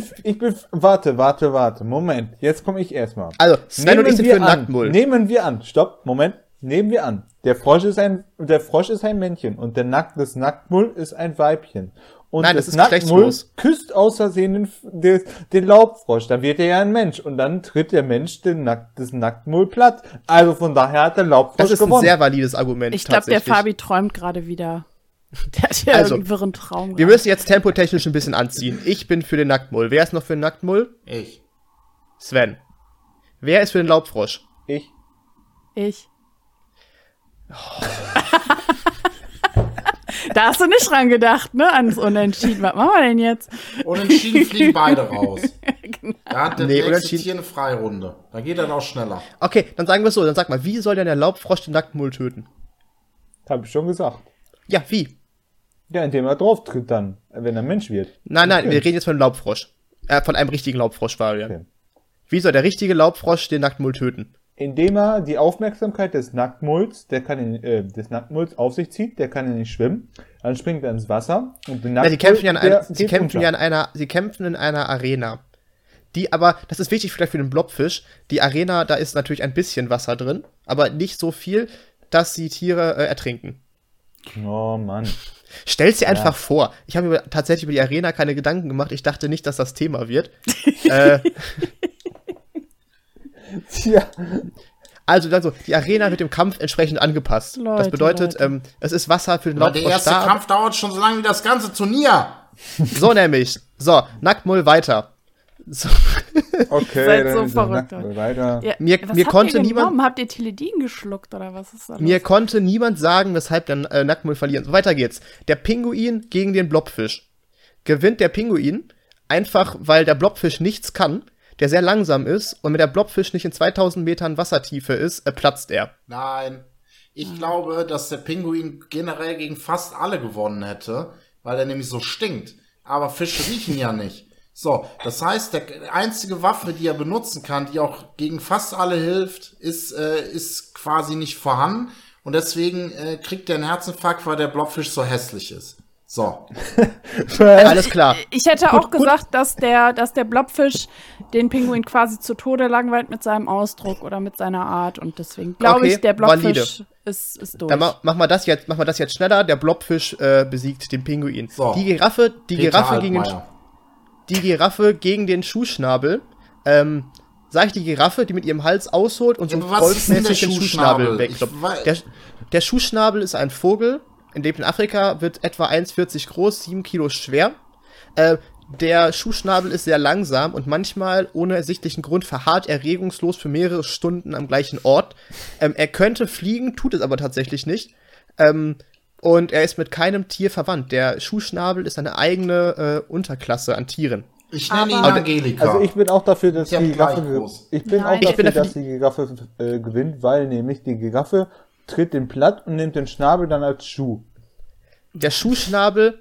warte, Moment. Jetzt komme ich erstmal. Also, Sven und ich sind für Nacktmull. Nehmen wir an, stopp, Moment. Nehmen wir an. Der Frosch ist ein Männchen und das Nacktmull ist ein Weibchen. Und Nein, das das ist Nacktmull geschlechtslos. küsst aus Versehen den Laubfrosch. Dann wird er ja ein Mensch. Und dann tritt der Mensch das Nacktmull platt. Also von daher hat der Laubfrosch Das ist gewonnen. ein sehr valides Argument. Ich glaube, der tatsächlich. Fabi träumt gerade wieder. Der hat ja Also, einen wirren Traum. Wir müssen jetzt tempotechnisch ein bisschen anziehen. Ich bin für den Nacktmull. Wer ist noch für den Nacktmull? Ich. Sven. Wer ist für den Laubfrosch? Ich. Da hast du nicht dran gedacht, ne? Ans Unentschieden. Was machen wir denn jetzt? Unentschieden fliegen beide raus. Genau. Da hat der Nee, nächste unentschieden- Tier eine Freirunde. Da geht er auch schneller. Okay, dann sagen wir es so. Dann sag mal, wie soll denn der Laubfrosch den Nacktmull töten? Hab ich schon gesagt. Ja, wie? Ja, indem er drauf tritt dann, wenn er Mensch wird. Nein, Okay. wir reden jetzt von einem Laubfrosch. Von einem richtigen Laubfrosch, Fabian. Okay. Wie soll der richtige Laubfrosch den Nacktmull töten? Indem er die Aufmerksamkeit des Nacktmulls, des Nacktmulls auf sich zieht, der kann ja nicht schwimmen, dann springt er ins Wasser und der Ja, Nacktmull, sie kämpfen ja unter. sie kämpfen in einer Arena. Die aber, das ist wichtig vielleicht für den Blobfisch, die Arena, da ist natürlich ein bisschen Wasser drin, aber nicht so viel, dass die Tiere ertrinken. Oh Mann. Stell's dir einfach vor. Ich habe tatsächlich über die Arena keine Gedanken gemacht. Ich dachte nicht, dass das Thema wird. Tja. Also, die Arena wird dem Kampf entsprechend angepasst. Leute, das bedeutet, Leute. es ist Wasser für den Aber der Laubfrosch erste da. Kampf dauert schon so lange wie das ganze Turnier. So nämlich. So, Nacktmull weiter. So. Okay, Seid dann so ist der verrückt, Nacktmull weiter. Ja, Mir was habt konnte ihr niemand- genommen? Habt ihr Teledin geschluckt oder was ist da Mir los? konnte niemand sagen, weshalb der Nacktmull verlieren. So, weiter geht's. Der Pinguin gegen den Blobfisch. Gewinnt der Pinguin, einfach weil der Blobfisch nichts kann, der sehr langsam ist und wenn der Blobfisch nicht in 2000 Metern Wassertiefe ist, platzt er. Nein. Ich glaube, dass der Pinguin generell gegen fast alle gewonnen hätte, weil er nämlich so stinkt. Aber Fische riechen ja nicht. So, das heißt, die einzige Waffe, die er benutzen kann, die auch gegen fast alle hilft, ist quasi nicht vorhanden. Und deswegen kriegt er einen Herzinfarkt, weil der Blobfisch so hässlich ist. So. Alles klar. Ich hätte auch gesagt, dass der Blobfisch den Pinguin quasi zu Tode langweilt mit seinem Ausdruck oder mit seiner Art. Und deswegen glaube Okay, ich, der Blobfisch ist durch. Dann machen wir das jetzt schneller. Der Blobfisch besiegt den Pinguin. So. Die Giraffe Altmaier. gegen den Schuhschnabel. Sag ich die Giraffe, die mit ihrem Hals ausholt und so Ja, aber was ist denn goldmäßig der den Schuhschnabel Schuhschnabel? wegkloppt. Der Schuhschnabel ist ein Vogel, in lebt in Afrika, wird etwa 1,40 groß, 7 Kilo schwer. Der Schuhschnabel ist sehr langsam und manchmal ohne ersichtlichen Grund verharrt er regungslos für mehrere Stunden am gleichen Ort. Er könnte fliegen, tut es aber tatsächlich nicht. Und er ist mit keinem Tier verwandt. Der Schuhschnabel ist eine eigene Unterklasse an Tieren. Ich nenne ihn Aber- Angelika. Also ich bin auch dafür, dass Die die haben Giraffe gleich groß. ich bin Nein. auch Ich bin dafür, dafür- dass die Giraffe gewinnt, weil nämlich die Giraffe tritt den platt und nimmt den Schnabel dann als Schuh. Der Schuhschnabel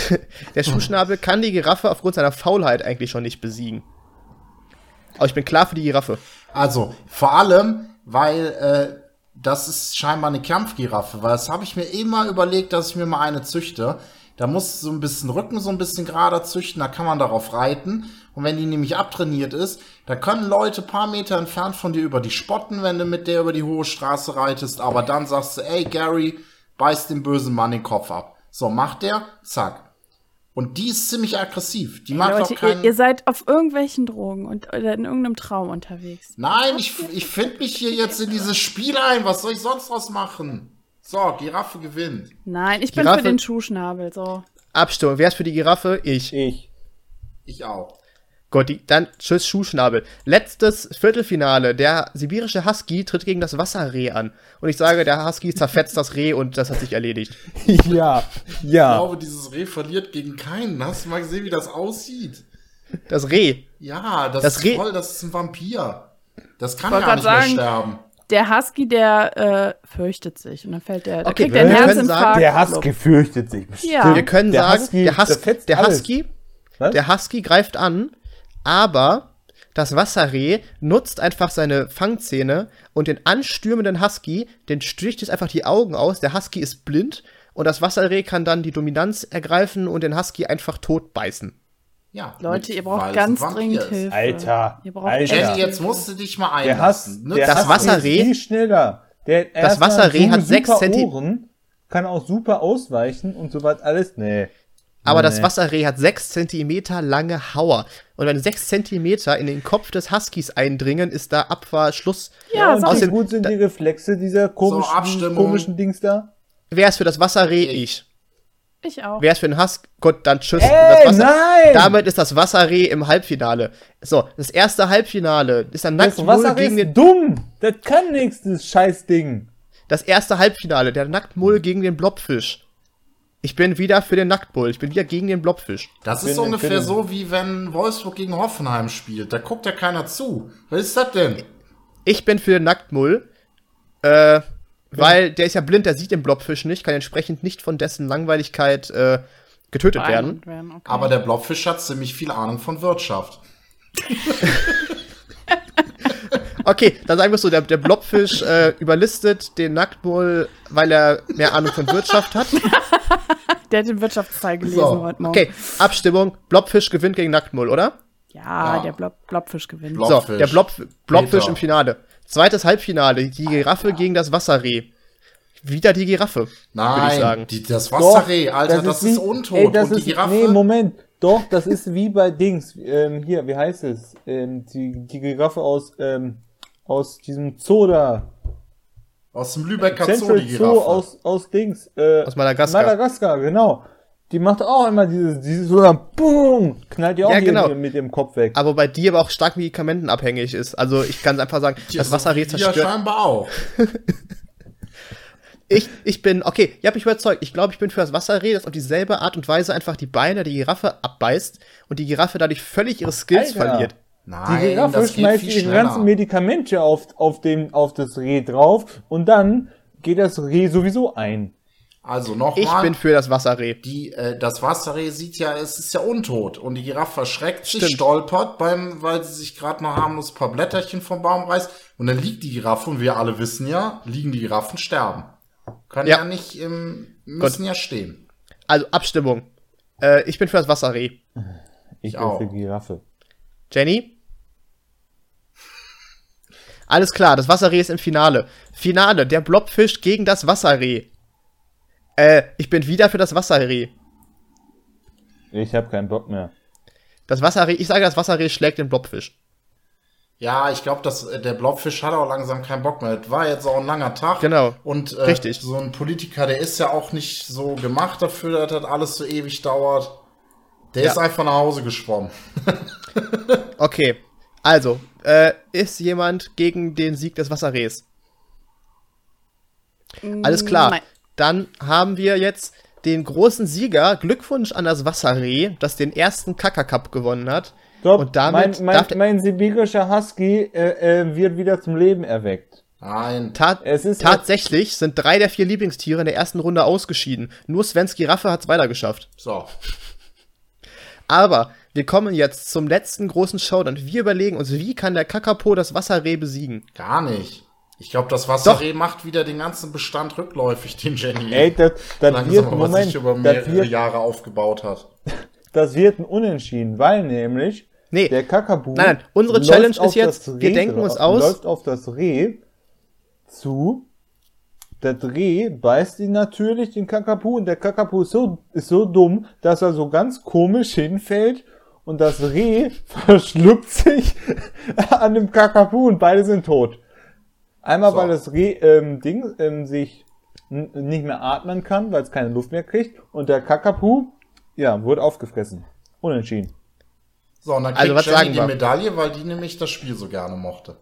kann die Giraffe aufgrund seiner Faulheit eigentlich schon nicht besiegen. Aber ich bin klar für die Giraffe. Also, vor allem, weil das ist scheinbar eine Kampfgiraffe, weil das habe ich mir immer überlegt, dass ich mir mal eine züchte. Da muss so ein bisschen Rücken so ein bisschen gerader züchten, da kann man darauf reiten. Und wenn die nämlich abtrainiert ist, da können Leute ein paar Meter entfernt von dir über die spotten, wenn du mit der über die hohe Straße reitest. Aber dann sagst du, ey Gary, beiß dem bösen Mann den Kopf ab. So, macht der, zack. Und die ist ziemlich aggressiv. Die macht Leute, auch keinen... ihr seid auf irgendwelchen Drogen oder in irgendeinem Traum unterwegs. Nein, ich finde mich hier jetzt in dieses Spiel ein. Was soll ich sonst draus machen? So, Giraffe gewinnt. Nein, ich bin Giraffe- für den Schuhschnabel, so. Abstimmung. Wer ist für die Giraffe? Ich. Ich. Ich auch. Gott, dann tschüss Schuhschnabel. Letztes Viertelfinale. Der sibirische Husky tritt gegen das Wasserreh an. Und ich sage, der Husky zerfetzt das Reh und das hat sich erledigt. Ja, Ich ja. glaube, dieses Reh verliert gegen keinen. Hast du mal gesehen, wie das aussieht? Das Reh. Ja, das Das ist Reh- voll, das ist ein Vampir. Das kann Wollte gar nicht grad mehr sagen, sterben. Der Husky, der fülchtet sich und dann fällt der, Okay, kriegt der einen wir können Herzinfarkt. sagen, Der Husky fürchtet sich bestimmt. Ja. Wir können Der sagen, Husky der zerfetzt alles. Was? Der Husky greift an, aber das Wasserreh nutzt einfach seine Fangzähne und den anstürmenden Husky, den sticht es einfach die Augen aus. Der Husky ist blind und das Wasserreh kann dann die Dominanz ergreifen und den Husky einfach tot beißen. Ja, Leute, ihr weil braucht es ganz ein Vampir dringend ist. Hilfe. Alter, Ihr braucht Alter. Jenny, echt jetzt Hilfe. musst du dich mal Der einlassen. Husky, Das Wasserreh- ist viel schneller. Der hat Das erstmal Wasserreh hat so 6 super Zenti- Ohren, kann auch super ausweichen und so was alles. Nee. Aber das Nee. Wasserreh hat 6 Zentimeter lange Hauer. Und wenn 6 Zentimeter in den Kopf des Huskys eindringen, ist da Abfahrschluss. Ja, und sag wie außerdem- gut sind die Reflexe dieser komischen, Abstimmung. komischen Dings da? Wer ist für das Wasserreh? Ich. Ich auch. Wer ist für den Husky? Gott, dann tschüss. Ey, Das nein! Damit ist das Wasserreh im Halbfinale. So, das erste Halbfinale ist dann Das Nacktmull Wasser gegen ist den. dumm. Das kann nichts, das Scheißding. Das erste Halbfinale, der Nacktmull gegen den Blobfisch. Ich bin wieder für den Nacktmull. Ich bin wieder gegen den Blobfisch. Das Bin- ist ungefähr bin- so, wie wenn Wolfsburg gegen Hoffenheim spielt. Da guckt ja keiner zu. Was ist das denn? Ich bin für den Nacktmull, weil der ist ja blind, der sieht den Blobfisch nicht, kann entsprechend nicht von dessen Langweiligkeit getötet werden. Okay. Aber der Blobfisch hat ziemlich viel Ahnung von Wirtschaft. Okay, dann sagen wir es so, der Blobfisch überlistet den Nacktmull, weil er mehr Ahnung von Wirtschaft hat. Der hat den Wirtschaftsteil gelesen So, heute Morgen. Okay, Abstimmung, Blobfisch gewinnt gegen Nacktmull, oder? Ja, Ja. der Blobfisch gewinnt. Blobfisch. So, der Blobfisch Peter. im Finale. Zweites Halbfinale, die Giraffe gegen das Wasserreh. Wieder die Giraffe, würde ich Nein, sagen. das Wasserreh, Doch, Alter, das ist wie- untot. Ey, das und die ist, Giraffe. nee, Moment. Doch, das ist wie bei Dings. Hier, wie heißt es? Die Giraffe aus diesem Zoo da. Aus dem Lübecker Zoo, Central die Zoo Giraffe. aus Dings. Aus Madagaskar. Madagaskar, genau. Die macht auch immer dieses so dann boom, knallt die auch Ja, hier genau. mit dem Kopf weg. Aber bei dir aber auch stark medikamentenabhängig ist. Also ich kann einfach sagen, Ja, das Wasserreh Ja, zerstört. scheinbar auch. Ich bin, okay, ihr habt mich überzeugt. Ich glaube, ich bin für das Wasserreh, das auf dieselbe Art und Weise einfach die Beine der Giraffe abbeißt und die Giraffe dadurch völlig ihre Skills Alter. verliert. Die Nein, Giraffe das geht schmeißt viel ihre schneller. ganzen Medikamente auf das Reh drauf und dann geht das Reh sowieso ein. Also Ich nochmal, bin für das Wasserreh. das Wasserreh sieht ja, es ist ja untot. Und die Giraffe erschreckt sich, Stimmt. stolpert, weil sie sich gerade noch harmlos ein paar Blätterchen vom Baum reißt. Und dann liegt die Giraffe, und wir alle wissen ja, liegen die Giraffen, sterben. Können Ja. ja nicht, müssen ja stehen. Also Abstimmung. Ich bin für das Wasserreh. Ich bin auch. für Giraffe. Jenny? Alles klar, das Wasserreh ist im Finale. Finale, der Blobfisch gegen das Wasserreh. Ich bin wieder für das Wasserreh. Ich habe keinen Bock mehr. Das Wasserreh, ich sage, das Wasserreh schlägt den Blobfisch. Ja, ich glaube, der Blobfisch hat auch langsam keinen Bock mehr. Das war jetzt auch ein langer Tag. Genau. Und Richtig. so ein Politiker, der ist ja auch nicht so gemacht dafür, dass das alles so ewig dauert. Der Ja. ist einfach nach Hause geschwommen. Okay, also, ist jemand gegen den Sieg des Wasserrehs? Alles klar. Nein. Dann haben wir jetzt den großen Sieger. Glückwunsch an das Wasserreh, das den ersten Kaka-Cup gewonnen hat. Stopp, Und damit darf der- mein sibirischer Husky wird wieder zum Leben erweckt. Nein. Es ist Tatsächlich sind 3 der 4 Lieblingstiere in der ersten Runde ausgeschieden. Nur Svens Giraffe hat es weitergeschafft. So. Aber wir kommen jetzt zum letzten großen Showdown. Wir überlegen uns, wie kann der Kakapo das Wasserreh besiegen? Gar nicht. Ich glaube, das Wasserreh macht wieder den ganzen Bestand rückläufig, den Jenny Ey, das langsam wird, aber Moment, sich über das mehrere wird, Jahre aufgebaut hat. das wird ein Unentschieden, weil nämlich Nee, der Kakabu nein, unsere läuft Challenge auf ist jetzt, das wir Reh denken uns drauf, aus- läuft auf das Reh zu, der Reh beißt ihn natürlich, den Kakapu, und der Kakapu ist so dumm, dass er so ganz komisch hinfällt und das Reh verschluckt sich an dem Kakapu und beide sind tot. Einmal, So. weil das Reh sich nicht mehr atmen kann, weil es keine Luft mehr kriegt, und der Kakapu, ja, wurde aufgefressen. Unentschieden. So, und dann Also, kriegt was sagen Jenny die wir? Medaille, weil die nämlich das Spiel so gerne mochte.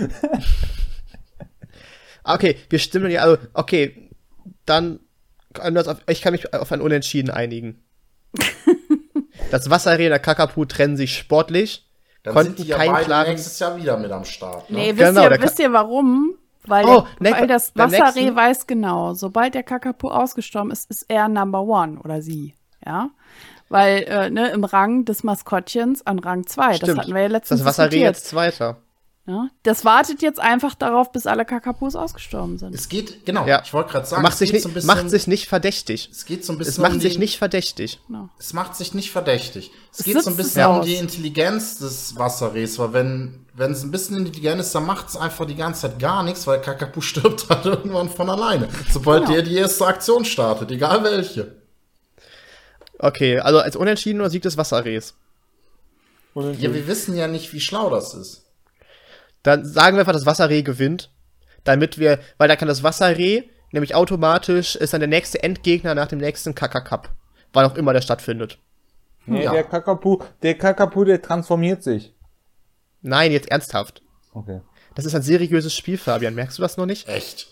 Okay, wir stimmen ja, also, okay, dann, ich kann mich auf ein Unentschieden einigen. Das Wasserreh und der Kakapu trennen sich sportlich, Dann konnten sind die ja keinen beide klaren... nächstes Jahr wieder mit am Start. Ne? Nee, Genau, wisst ihr warum? Weil, weil das beim Wasserreh nächsten- weiß genau, sobald der Kakapu ausgestorben ist, ist er Number One oder sie. Ja? Weil, im Rang des Maskottchens an Rang 2. Das Stimmt. hatten wir ja letztens Das Wasserreh diskutiert. jetzt Zweiter. Ja? Das wartet jetzt einfach darauf, bis alle Kakapus ausgestorben sind. Es geht, genau, Ja. ich wollte gerade sagen, Macht es sich, geht nicht, so ein bisschen, macht sich nicht verdächtig. es geht so ein bisschen Es macht um sich die, nicht verdächtig. Es macht sich nicht verdächtig. Es Es geht so ein sitzt bisschen es um aus. die Intelligenz des Wasserrehs, weil wenn es ein bisschen intelligent ist, dann macht es einfach die ganze Zeit gar nichts, weil Kakapu stirbt halt irgendwann von alleine. Sobald Genau. der die erste Aktion startet, egal welche. Okay, also als Unentschieden oder Sieg des Wasserrehs? Ja, wir wissen ja nicht, wie schlau das ist. Dann sagen wir einfach, das Wasserreh gewinnt, weil da kann das Wasserreh nämlich automatisch, ist dann der nächste Endgegner nach dem nächsten Kaka-Cup, wann auch immer der stattfindet. Nee, Ja. der Kakapu, der transformiert sich. Nein, jetzt ernsthaft. Okay. Das ist ein seriöses Spiel, Fabian, merkst du das noch nicht? Echt.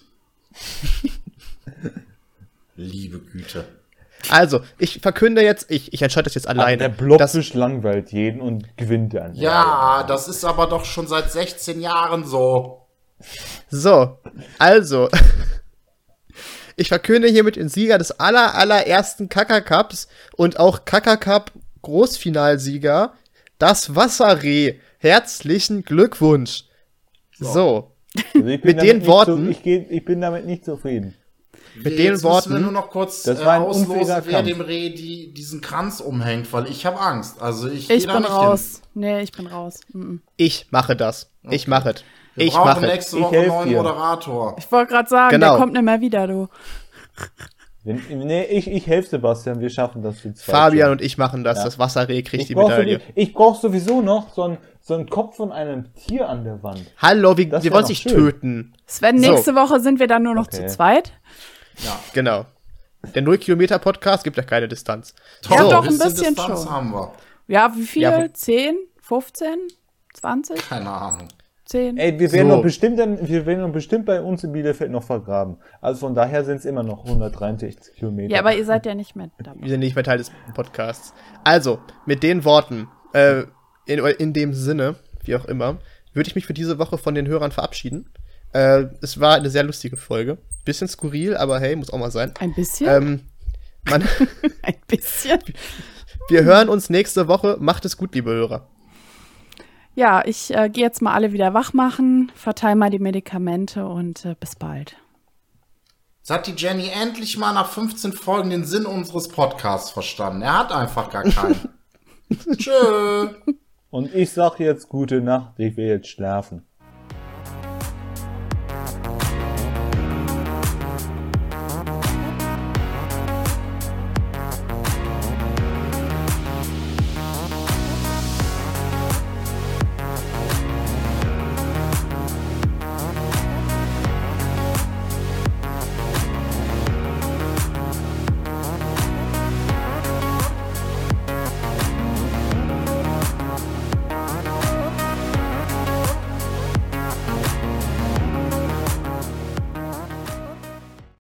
Liebe Güte. Also, ich verkünde jetzt, ich entscheide das jetzt alleine. Der Blockfisch langweilt jeden und gewinnt dann. Ja, das ist aber doch schon seit 16 Jahren so. So, also, ich verkünde hiermit den Sieger des allerersten Kaka-Cups und auch Kaka-Cup Großfinalsieger, das Wasserreh. Herzlichen Glückwunsch. So, Also ich bin Mit damit den nicht Worten- ich bin damit nicht zufrieden. Mit den Jetzt Worten- müssen wir nur noch kurz Das war ein auslosen, unfairer wer Kampf. dem Reh diesen Kranz umhängt, weil ich habe Angst. Also ich Ich geh da bin nicht raus. Nee, ich bin raus. Mhm. ich mache das. Ich mache es. hin. Wir Ich brauchen mache es. nächste Ich Woche einen helf neuen dir. Moderator. Ich wollte gerade sagen, Genau. der kommt nicht mehr wieder, du. Ich helfe Sebastian, wir schaffen das zu zweit. Fabian schon. und ich machen das. Ja. Das Wasserreh kriegt Ich die brauche Medaille. brauch sowieso noch so einen Kopf von einem Tier an der Wand. Hallo, Das wir wär wollen doch dich schön. töten. Sven, So. nächste Woche sind wir dann nur noch Okay. zu zweit. Genau. Der 0-Kilometer-Podcast gibt ja keine Distanz. Ja, So. doch, ein bisschen bisschen Distanz schon. haben wir. Ja, wie viel? Ja, 10? 15? 20? Keine Ahnung. 10? Ey, wir werden So. wir werden bestimmt bei uns in Bielefeld noch vergraben. Also von daher sind es immer noch 163 Kilometer. Ja, aber ihr seid ja nicht mehr dabei. Wir sind nicht mehr Teil des Podcasts. Also, mit den Worten, in dem Sinne, wie auch immer, würde ich mich für diese Woche von den Hörern verabschieden. Es war eine sehr lustige Folge. Bisschen skurril, aber hey, muss auch mal sein. Ein bisschen? Man, Ein bisschen? wir hören uns nächste Woche. Macht es gut, liebe Hörer. Ja, ich gehe jetzt mal alle wieder wach machen, verteile mal die Medikamente und bis bald. Jetzt hat die Jenny endlich mal nach 15 Folgen den Sinn unseres Podcasts verstanden. Er hat einfach gar keinen. Tschö. Und ich sag jetzt gute Nacht, ich will jetzt schlafen.